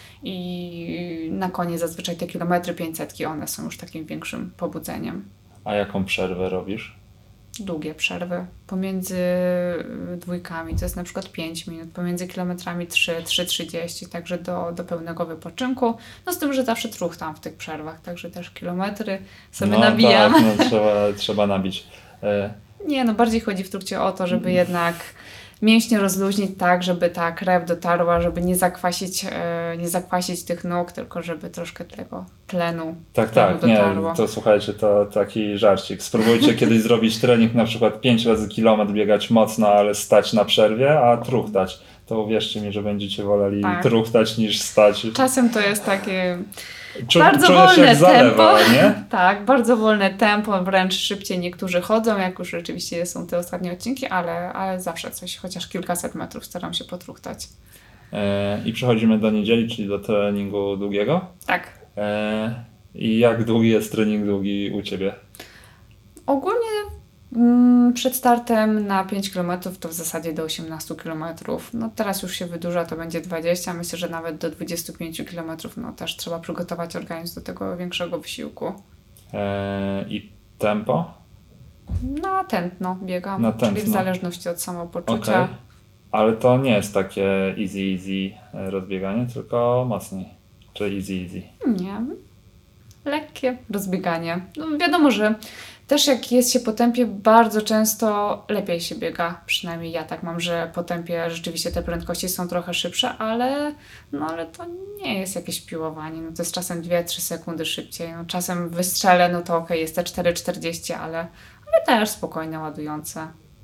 C: i na koniec zazwyczaj te kilometry, pięćsetki, one są już takim większym pobudzeniem.
B: A jaką przerwę robisz?
C: Długie przerwy pomiędzy y, dwójkami, to jest na przykład pięć minut, pomiędzy kilometrami trzy, trzy trzydzieści, także do, do pełnego wypoczynku. No z tym, że zawsze truchtam w tych przerwach, także też kilometry sobie
B: no
C: nabijam.
B: Tak, no trzeba, trzeba nabić. E,
C: Nie, no bardziej chodzi w trakcie o to, żeby jednak mięśnie rozluźnić tak, żeby ta krew dotarła, żeby nie zakwasić, e, nie zakwasić tych nóg, tylko żeby troszkę tego tlenu,
B: tak,
C: tlenu
B: tak, nie,
C: dotarło.
B: to słuchajcie, to taki żarcik. Spróbujcie kiedyś zrobić trening, na przykład pięć razy kilometr, biegać mocno, ale stać na przerwie, a truchtać. To uwierzcie mi, że będziecie woleli
C: Tak.
B: truchtać niż stać.
C: Czasem to jest takie
B: Czu,
C: bardzo
B: czujesz
C: wolne
B: jak zalewa,
C: tempo.
B: nie?
C: Tak, bardzo wolne tempo, wręcz szybciej niektórzy chodzą, jak już rzeczywiście są te ostatnie odcinki, ale, ale zawsze coś, chociaż kilkaset metrów staram się potruchtać.
B: E, I przechodzimy do niedzieli, czyli do treningu długiego.
C: Tak.
B: E, I jak długi jest trening długi u Ciebie?
C: Ogólnie mm, przed startem na pięć kilometrów to w zasadzie do osiemnaście kilometrów. No teraz już się wydłuża, to będzie dwadzieścia, myślę, że nawet do dwudziestu pięciu kilometrów, no też trzeba przygotować organizm do tego większego wysiłku.
B: E, I tempo?
C: Na tętno biegam,
B: Na
C: czyli w
B: tętno.
C: zależności od samopoczucia.
B: Okej. Ale to nie jest takie easy, easy rozbieganie, tylko mocniej. Czy easy, easy.
C: Nie. Lekkie rozbieganie. No wiadomo, że też jak jest się po tempie, bardzo często lepiej się biega. Przynajmniej ja tak mam, że po tempie rzeczywiście te prędkości są trochę szybsze, ale, no, ale to nie jest jakieś piłowanie. No, to jest czasem dwie trzy sekundy szybciej. No, czasem wystrzelę, no to okej, okay, jest te cztery czterdzieści, ale, ale też spokojne, ładujące.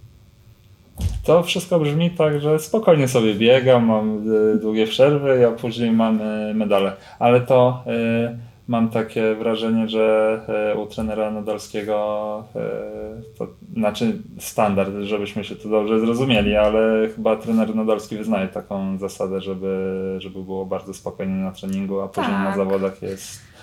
B: To wszystko brzmi tak, że spokojnie sobie biegam, mam y, długie przerwy, a później mam y, medale. Ale to y, mam takie wrażenie, że y, u trenera Nadolskiego y, to znaczy standard, żebyśmy się tu dobrze zrozumieli, ale chyba trener Nadolski wyznaje taką zasadę, żeby, żeby było bardzo spokojnie na treningu, a później
C: Tak.
B: na zawodach jest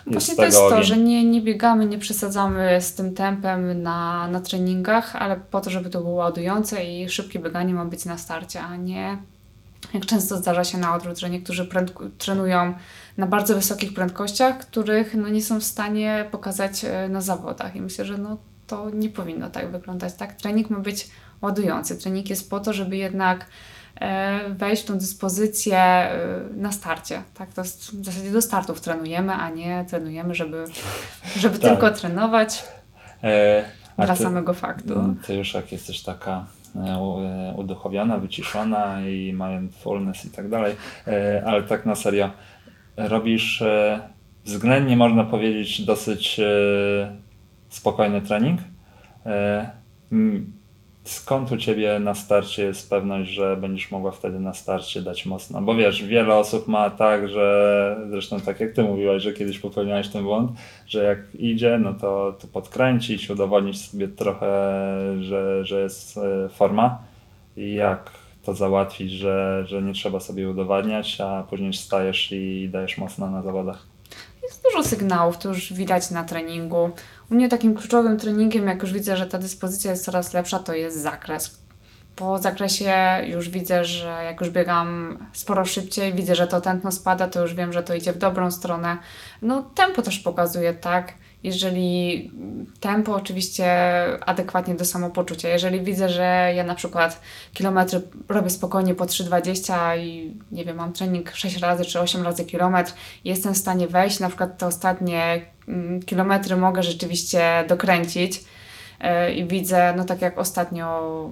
C: Właśnie
B: z
C: to jest
B: tego
C: to,
B: ogień.
C: że nie, nie biegamy, nie przesadzamy z tym tempem na, na treningach, ale po to, żeby to było ładujące i szybkie bieganie ma być na starcie, a nie jak często zdarza się na odwrót, że niektórzy prędko, trenują na bardzo wysokich prędkościach, których no, nie są w stanie pokazać e, na zawodach. I myślę, że no, to nie powinno tak wyglądać. Tak? Trening ma być ładujący. Trening jest po to, żeby jednak e, wejść w tą dyspozycję e, na starcie. Tak? To jest, w zasadzie do startów trenujemy, a nie trenujemy, żeby, żeby
B: Tak.
C: tylko trenować
B: E, a
C: dla
B: ty,
C: samego faktu.
B: Ty już jak jesteś taka e, u- e, uduchowiona, wyciszona i mindfulness i tak dalej, e, ale tak na serio, robisz e, względnie, można powiedzieć, dosyć e, spokojny trening. E, m, Skąd u Ciebie na starcie jest pewność, że będziesz mogła wtedy na starcie dać mocno? Bo wiesz, wiele osób ma tak, że zresztą tak jak Ty mówiłaś, że kiedyś popełniałeś ten błąd, że jak idzie, no to, to podkręcić, udowodnić sobie trochę, że, że jest e, forma i jak to załatwić, że, że nie trzeba sobie udowadniać, a później stajesz i dajesz mocno na zawodach.
C: Jest dużo sygnałów, to już widać na treningu. U mnie takim kluczowym treningiem, jak już widzę, że ta dyspozycja jest coraz lepsza, to jest zakres. Po zakresie już widzę, że jak już biegam sporo szybciej, widzę, że to tętno spada, to już wiem, że to idzie w dobrą stronę. No tempo też pokazuje, tak? Jeżeli tempo oczywiście adekwatnie do samopoczucia. Jeżeli widzę, że ja na przykład kilometry robię spokojnie po trzy dwadzieścia i nie wiem, mam trening sześć razy czy osiem razy kilometr i jestem w stanie wejść, na przykład te ostatnie mm, kilometry mogę rzeczywiście dokręcić yy, i widzę, no tak jak ostatnio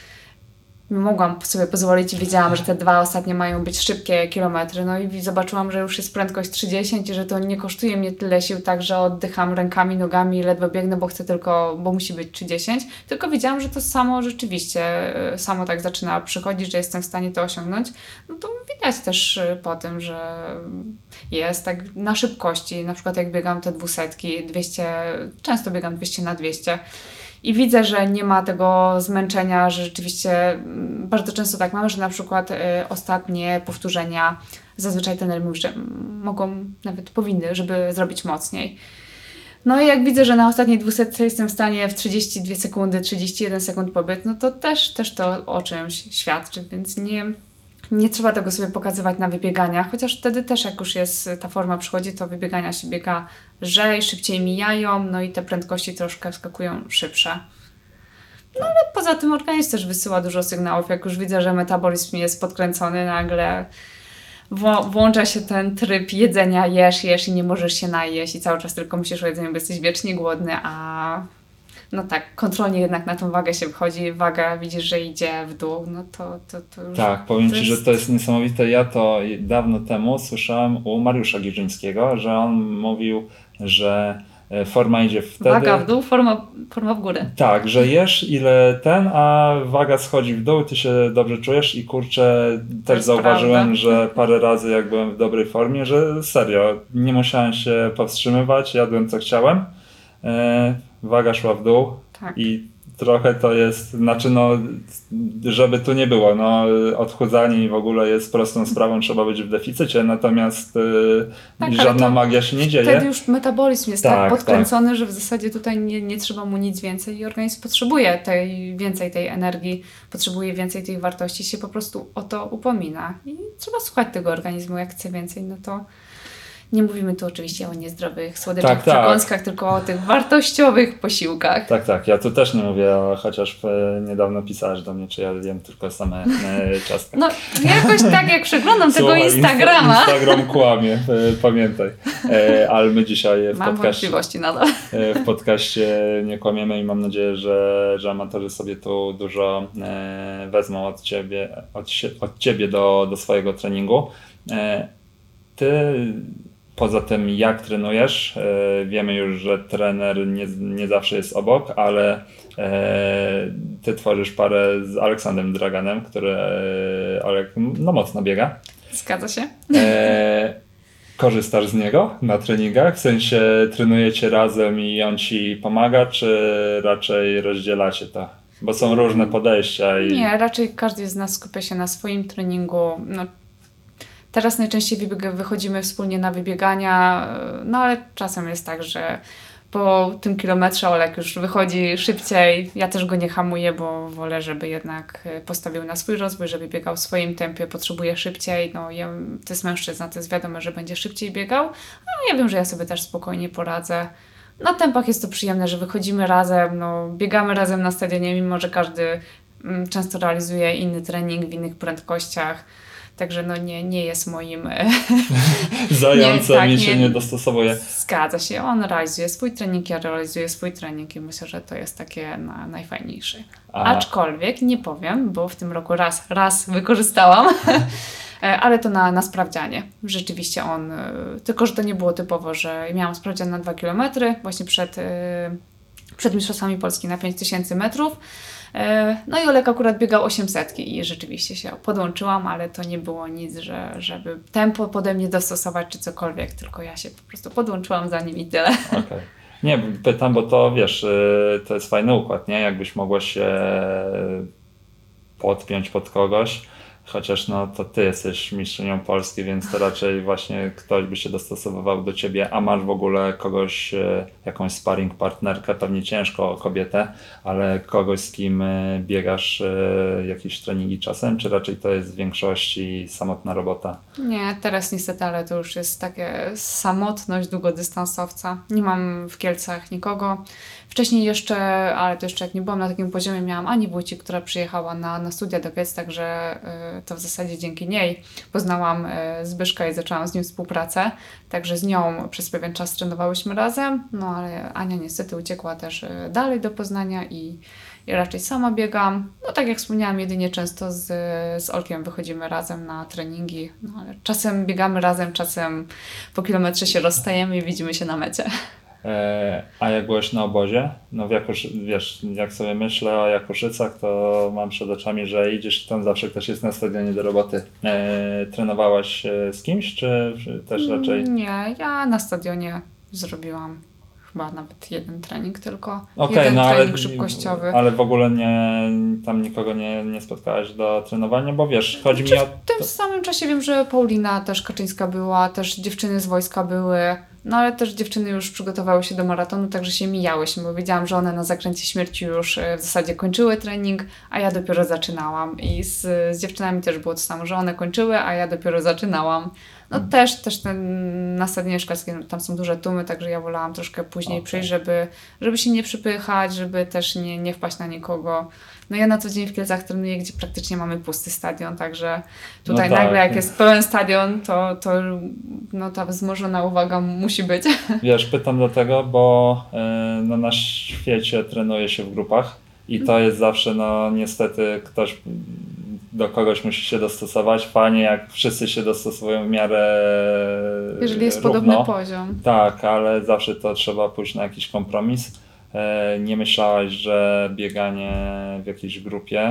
C: mogłam sobie pozwolić i wiedziałam, że te dwa ostatnie mają być szybkie kilometry. No i zobaczyłam, że już jest prędkość trzydzieści i że to nie kosztuje mnie tyle sił, tak, że oddycham rękami, nogami, ledwo biegnę, bo chcę tylko, bo musi być trzydzieści. Tylko wiedziałam, że to samo rzeczywiście, samo tak zaczyna przychodzić, że jestem w stanie to osiągnąć. No to widać też po tym, że jest tak na szybkości. Na przykład jak biegam te dwusetki, dwieście, często biegam dwieście na dwieście. I widzę, że nie ma tego zmęczenia, że rzeczywiście mm, bardzo często tak mamy, że na przykład y, ostatnie powtórzenia zazwyczaj trener mówi, że mm, mogą, nawet powinny, żeby zrobić mocniej. No i jak widzę, że na ostatniej dwusetce jestem w stanie w trzydzieści dwie sekundy, trzydzieści jeden sekund pobyt, no to też, też to o czymś świadczy, więc nie, nie trzeba tego sobie pokazywać na wybieganiach, chociaż wtedy też jak już jest ta forma przychodzi, to wybiegania się biega lżej, szybciej mijają, no i te prędkości troszkę wskakują szybsze. No ale poza tym organizm też wysyła dużo sygnałów, jak już widzę, że metabolizm jest podkręcony, nagle wło- włącza się ten tryb jedzenia, jesz, jesz i nie możesz się najeść i cały czas tylko myślisz o jedzeniu, bo jesteś wiecznie głodny, a no tak, kontrolnie jednak na tą wagę się wchodzi, waga widzisz, że idzie w dół, no to, to, to już...
B: Tak, powiem
C: to
B: Ci,
C: jest...
B: że to jest niesamowite. Ja to dawno temu słyszałem u Mariusza Giżyńskiego, że on mówił, że forma idzie wtedy...
C: Waga w dół, forma, forma w górę.
B: Tak, że jesz ile ten, a waga schodzi w dół, ty się dobrze czujesz i kurczę, też
C: jest
B: zauważyłem,
C: prawda.
B: że parę razy jak byłem w dobrej formie, że serio, nie musiałem się powstrzymywać, jadłem co chciałem, e, waga szła w dół
C: Tak.
B: i trochę to jest, znaczy no, żeby tu nie było, no odchudzanie i w ogóle jest prostą sprawą, trzeba być w deficycie, natomiast y,
C: Tak, ale
B: żadna
C: to
B: magia się nie dzieje.
C: Wtedy już metabolizm jest tak,
B: Tak,
C: podkręcony, że w zasadzie tutaj nie, nie trzeba mu nic więcej i organizm potrzebuje tej, więcej tej energii, potrzebuje więcej tych wartości, się po prostu o to upomina. I trzeba słuchać tego organizmu, jak chce więcej, no to nie mówimy tu oczywiście o niezdrowych słodyczach,
B: Tak, tak.
C: przekąskach, tylko o tych wartościowych posiłkach.
B: Tak, tak. Ja tu też nie mówię, chociaż e, niedawno pisałeś do mnie, czy ja wiem tylko same e, ciastka.
C: No jakoś tak, jak przeglądam tego
B: Słuchaj,
C: Instagrama.
B: Insta, Instagram kłamie, e, pamiętaj. E, ale my dzisiaj w
C: Mam
B: podcaście,
C: wątpliwości nadal.
B: e, w podcaście nie kłamiemy i mam nadzieję, że, że amatorzy sobie tu dużo e, wezmą od ciebie, od, sie- od ciebie do, do swojego treningu. E, ty Poza tym, jak trenujesz, e, wiemy już, że trener nie, nie zawsze jest obok, ale e, ty tworzysz parę z Aleksandrem Draganem, który e, Alek, no mocno biega.
C: Zgadza się?
B: E, korzystasz z niego na treningach? W sensie trenujecie razem i on ci pomaga, czy raczej rozdzielacie to? Bo są różne podejścia. I...
C: Nie, raczej każdy z nas skupia się na swoim treningu. No, Teraz najczęściej wybieg- wychodzimy wspólnie na wybiegania, no ale czasem jest tak, że po tym kilometrze Olek już wychodzi szybciej. Ja też go nie hamuję, bo wolę, żeby jednak postawił na swój rozwój, żeby biegał w swoim tempie, potrzebuje szybciej. No, ja, to jest mężczyzna, to jest wiadomo, że będzie szybciej biegał, a ja wiem, że ja sobie też spokojnie poradzę. Na tempach jest to przyjemne, że wychodzimy razem, no, biegamy razem na stadionie, mimo że każdy mm, często realizuje inny trening w innych prędkościach. Także no nie, nie jest moim...
B: Zającem
C: nie, tak,
B: i się
C: nie,
B: nie dostosowuje.
C: Zgadza się, on realizuje swój trening, ja realizuję swój trening i myślę, że to jest takie na, najfajniejsze.
B: A...
C: Aczkolwiek nie powiem, bo w tym roku raz, raz wykorzystałam, ale to na, na sprawdzianie. Rzeczywiście on, tylko że to nie było typowo, że miałam sprawdzian na dwa kilometry, właśnie przed, przed Mistrzostwami Polski na pięć tysięcy metrów. No i Olek akurat biegał osiemset i rzeczywiście się podłączyłam, ale to nie było nic, że, żeby tempo pode mnie dostosować czy cokolwiek, tylko ja się po prostu podłączyłam za nim i tyle.
B: Okay. Nie, pytam, bo to wiesz, to jest fajny układ, nie? Jakbyś mogła się podpiąć pod kogoś, chociaż no to ty jesteś mistrzynią Polski, więc to raczej właśnie ktoś by się dostosowywał do ciebie, a masz w ogóle kogoś, jakąś sparring partnerkę, pewnie ciężko o kobietę, ale kogoś, z kim biegasz jakieś treningi czasem, czy raczej to jest w większości samotna robota?
C: Nie, teraz niestety, ale to już jest takie samotność długodystansowca. Nie mam w Kielcach nikogo. Wcześniej jeszcze, ale to jeszcze jak nie byłam na takim poziomie, miałam Anię Wójcik, która przyjechała na, na studia do Kielc, także y, to w zasadzie dzięki niej poznałam y, Zbyszka i zaczęłam z nim współpracę. Także z nią przez pewien czas trenowałyśmy razem, no ale Ania niestety uciekła też y, dalej do Poznania i, i raczej sama biegam. No tak jak wspomniałam, jedynie często z, z Olkiem wychodzimy razem na treningi, no ale czasem biegamy razem, czasem po kilometrze się rozstajemy i widzimy się na mecie.
B: A jak byłeś na obozie, no w Jakusz, wiesz, jak sobie myślę o Jakuszycach, to mam przed oczami, że idziesz tam zawsze ktoś jest na stadionie do roboty. E, trenowałaś z kimś, czy, czy też raczej?
C: Nie, ja na stadionie zrobiłam chyba nawet jeden trening tylko.
B: Okay,
C: jeden
B: no
C: trening
B: ale,
C: szybkościowy.
B: Ale w ogóle nie, tam nikogo nie, nie spotkałaś do trenowania, bo wiesz, chodzi mi o...
C: W tym samym czasie wiem, że Paulina też Kaczyńska była, też dziewczyny z wojska były, no ale też dziewczyny już przygotowały się do maratonu, także się mijałyśmy, bo wiedziałam, że one na zakręcie śmierci już w zasadzie kończyły trening, a ja dopiero zaczynałam. I z, z dziewczynami też było to samo, że one kończyły, a ja dopiero zaczynałam. No hmm. też, też ten, na stadionie szkolskim tam są duże tłumy, także ja wolałam troszkę później okay. przyjść, żeby, żeby się nie przypychać, żeby też nie, nie wpaść na nikogo. No ja na co dzień w Kielcach trenuję, gdzie praktycznie mamy pusty stadion, także tutaj no tak. nagle jak jest pełen stadion, to, to no, ta wzmożona uwaga musi być.
B: Wiesz, pytam do tego, bo yy, no, na świecie trenuje się w grupach i to jest zawsze, no niestety ktoś do kogoś musi się dostosować. Fajnie, jak wszyscy się dostosowują w miarę
C: jeżeli jest
B: równo.
C: Podobny poziom.
B: Tak, ale zawsze to trzeba pójść na jakiś kompromis. Nie myślałaś, że bieganie w jakiejś grupie,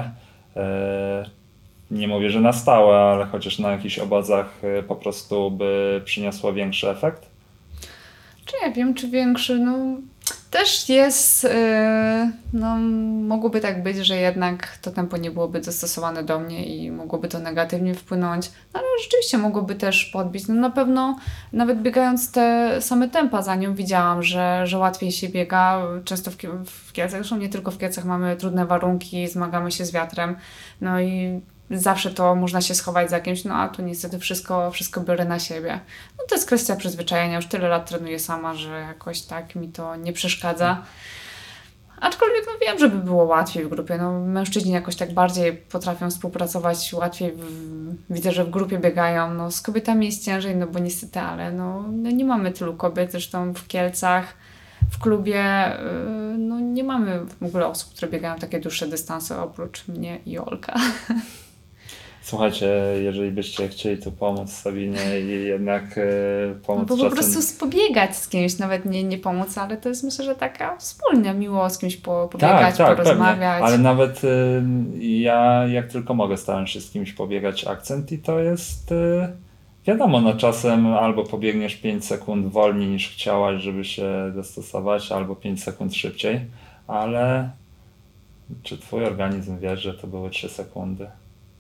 B: nie mówię, że na stałe, ale chociaż na jakichś obozach po prostu by przyniosło większy efekt?
C: Czy ja wiem, czy większy? No też jest, yy, no mogłoby tak być, że jednak to tempo nie byłoby dostosowane do mnie i mogłoby to negatywnie wpłynąć, no, ale rzeczywiście mogłoby też podbić. No na pewno nawet biegając te same tempa za nią widziałam, że, że łatwiej się biega. Często w, w Kielcach, zresztą nie tylko w Kielcach mamy trudne warunki, zmagamy się z wiatrem, no i zawsze to można się schować za kimś, no a tu niestety wszystko, wszystko biorę na siebie. No to jest kwestia przyzwyczajenia, już tyle lat trenuję sama, że jakoś tak mi to nie przeszkadza. Aczkolwiek no wiem, żeby było łatwiej w grupie, no mężczyźni jakoś tak bardziej potrafią współpracować, łatwiej w, widzę, że w grupie biegają, no z kobietami jest ciężej, no bo niestety, ale no, no nie mamy tylu kobiet, zresztą w Kielcach, w klubie, yy, no nie mamy w ogóle osób, które biegają takie dłuższe dystanse oprócz mnie i Olka.
B: Słuchajcie, jeżeli byście chcieli tu pomóc Sabinie i jednak e, pomóc
C: no bo
B: czasem...
C: po prostu pobiegać z kimś, nawet nie, nie pomóc, ale to jest myślę, że taka wspólna, miło z kimś po, pobiegać, tak, tak, porozmawiać.
B: Pewnie. Ale nawet y, ja jak tylko mogę staram się z kimś pobiegać akcent i to jest... Y, wiadomo, no czasem albo pobiegniesz pięć sekund wolniej niż chciałaś, żeby się dostosować, albo pięć sekund szybciej, ale czy twój organizm wie, że to były trzy sekundy?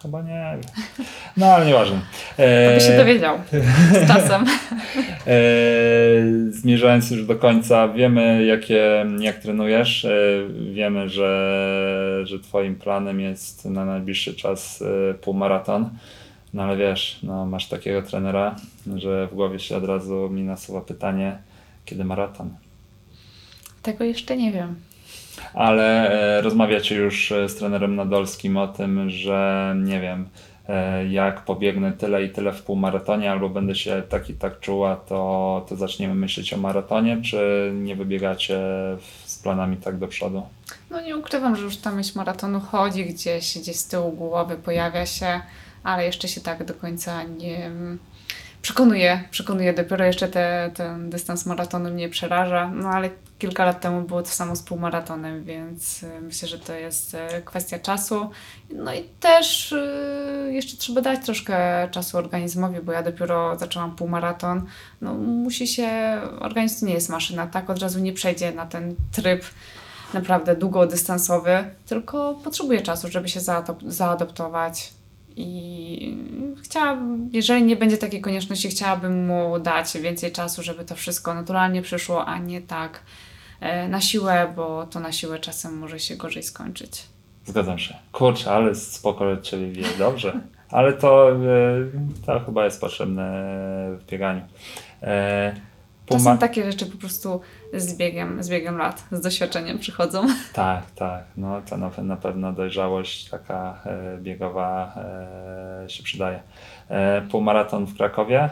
B: Chyba nie wiem. No ale nieważne.
C: To by się dowiedział z czasem.
B: E, zmierzając już do końca, wiemy jakie, jak trenujesz, e, wiemy, że, że twoim planem jest na najbliższy czas e, półmaraton, no ale wiesz, no, masz takiego trenera, że w głowie się od razu mi nasuwa pytanie, kiedy maraton?
C: Tego jeszcze nie wiem.
B: Ale e, rozmawiacie już e, z trenerem Nadolskim o tym, że nie wiem, e, jak pobiegnę tyle i tyle w półmaratonie, albo będę się tak i tak czuła, to, to zaczniemy myśleć o maratonie, czy nie wybiegacie w, z planami tak do przodu?
C: No nie ukrywam, że już ta myśl maratonu chodzi gdzieś, gdzieś z tyłu głowy pojawia się, ale jeszcze się tak do końca nie przekonuję, przekonuję. Dopiero jeszcze te, ten dystans maratonu mnie przeraża, no ale kilka lat temu było to samo z półmaratonem, więc myślę, że to jest kwestia czasu. No i też jeszcze trzeba dać troszkę czasu organizmowi, bo ja dopiero zaczęłam półmaraton. No musi się, organizm to nie jest maszyna, tak od razu nie przejdzie na ten tryb naprawdę długodystansowy, tylko potrzebuje czasu, żeby się zaadop- zaadoptować. I chciałabym, jeżeli nie będzie takiej konieczności, chciałabym mu dać więcej czasu, żeby to wszystko naturalnie przyszło, a nie tak e, na siłę, bo to na siłę czasem może się gorzej skończyć.
B: Zgadzam się. Kurczę, ale spoko od Ciebie wie, dobrze. Ale to, e, to chyba jest potrzebne w bieganiu. E,
C: To
B: półma-
C: są takie rzeczy po prostu z biegiem, z biegiem lat, z doświadczeniem przychodzą.
B: Tak, tak. No to na, na pewno dojrzałość taka e, biegowa e, się przydaje. E, półmaraton w Krakowie,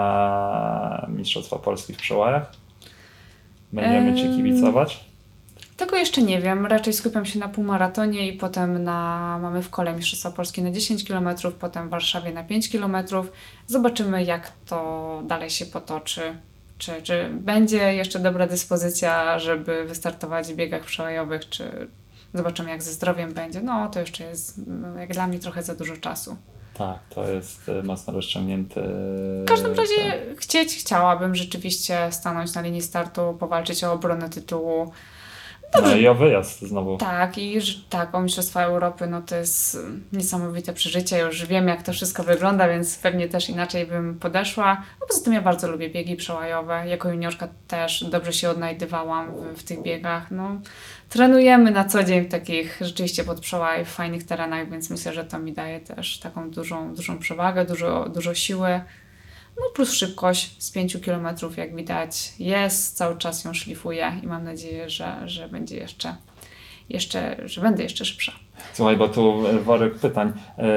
B: a Mistrzostwa Polski w Przełajach? Będziemy Ci kibicować?
C: Tego jeszcze nie wiem. Raczej skupiam się na półmaratonie i potem na, mamy w kole Mistrzostwa Polski na dziesięć kilometrów, potem w Warszawie na pięć kilometrów. Zobaczymy, jak to dalej się potoczy. Czy, czy będzie jeszcze dobra dyspozycja, żeby wystartować w biegach przełajowych, czy zobaczymy, jak ze zdrowiem będzie. No, to jeszcze jest jak dla mnie trochę za dużo czasu.
B: Tak, to jest e, mocno rozciągnięty.
C: W każdym razie chcieć chciałabym rzeczywiście stanąć na linii startu, powalczyć o obronę tytułu.
B: No i o wyjazd znowu.
C: Tak, i że- tak, o Mistrzostwa Europy, no to jest niesamowite przeżycie. Już wiem, jak to wszystko wygląda, więc pewnie też inaczej bym podeszła. No poza tym ja bardzo lubię biegi przełajowe. Jako juniorka też dobrze się odnajdywałam w, w tych biegach. No, trenujemy na co dzień w takich rzeczywiście pod przełaj, w fajnych terenach, więc myślę, że to mi daje też taką dużą, dużą przewagę, dużo, dużo siły. No plus szybkość z pięciu kilometrów, jak widać, jest, cały czas ją szlifuję i mam nadzieję, że, że będzie jeszcze, jeszcze, że będę jeszcze szybsza.
B: Słuchaj, bo tu worek pytań.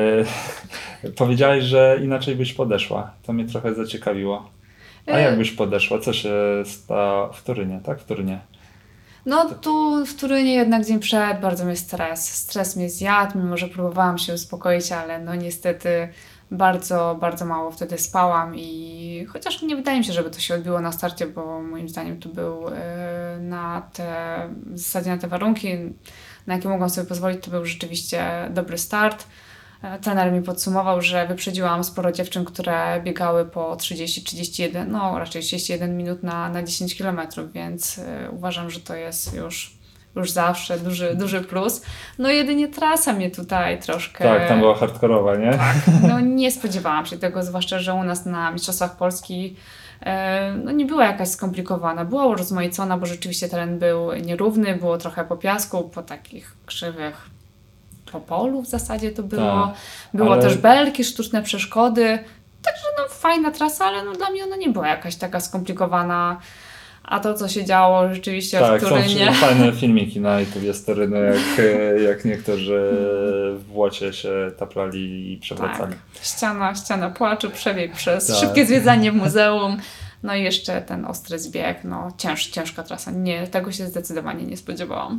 B: E, powiedziałeś, że inaczej byś podeszła. To mnie trochę zaciekawiło. A
C: E,
B: jak byś podeszła? Co się stało w Turynie, tak? W Turynie.
C: No tu w Turynie jednak dzień przed bardzo mnie stres. Stres mnie zjadł, mimo że próbowałam się uspokoić, ale no niestety bardzo, bardzo mało wtedy spałam i chociaż nie wydaje mi się, żeby to się odbiło na starcie, bo moim zdaniem to był e, na te, w zasadzie na te warunki, na jakie mogłam sobie pozwolić, to był rzeczywiście dobry start. E, Trener mi podsumował, że wyprzedziłam sporo dziewczyn, które biegały po trzydzieści trzydzieści jeden, no raczej trzydzieści jeden minut na, na dziesięć kilometrów, więc e, uważam, że to jest już, już zawsze duży, duży plus. No jedynie trasa mnie tutaj troszkę...
B: Tak, tam była hardkorowa, nie?
C: No nie spodziewałam się tego, zwłaszcza, że u nas na Mistrzostwach Polski e, no nie była jakaś skomplikowana. Była urozmaicona, bo rzeczywiście teren był nierówny, było trochę po piasku, po takich krzywych, po polu w zasadzie to było.
B: Tak,
C: było
B: ale-
C: też belki, sztuczne przeszkody. Także no fajna trasa, ale no dla mnie ona nie była jakaś taka skomplikowana. A to, co się działo rzeczywiście
B: Tak,
C: w
B: są
C: Turynie...
B: fajne filmiki na YouTube z Turynu, jak, jak niektórzy w błocie się taplali i przewracali.
C: Tak. Ściana, ściana płaczu, przebieg przez
B: Tak.
C: szybkie zwiedzanie muzeum. No i jeszcze ten ostry zbieg, no cięż, ciężka trasa. Nie, tego się zdecydowanie nie spodziewałam.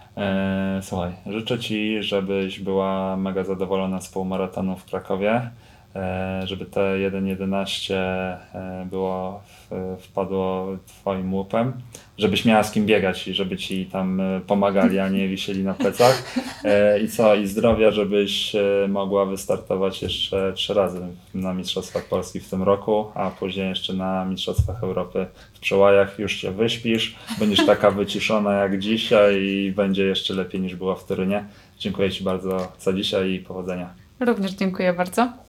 B: E, słuchaj, życzę Ci, żebyś była mega zadowolona z półmaratonu w Krakowie, e, żeby te jeden jedenaście e, było w, wpadło Twoim łupem, żebyś miała z kim biegać i żeby Ci tam e, pomagali, a nie wisieli na plecach. E, I co? I zdrowia, żebyś e, mogła wystartować jeszcze trzy razy na Mistrzostwach Polski w tym roku, a później jeszcze na Mistrzostwach Europy w Przełajach. Już się wyśpisz, będziesz taka wyciszona jak dzisiaj i będzie jeszcze lepiej niż była w Turynie. Dziękuję Ci bardzo za dzisiaj i powodzenia.
C: Również dziękuję bardzo.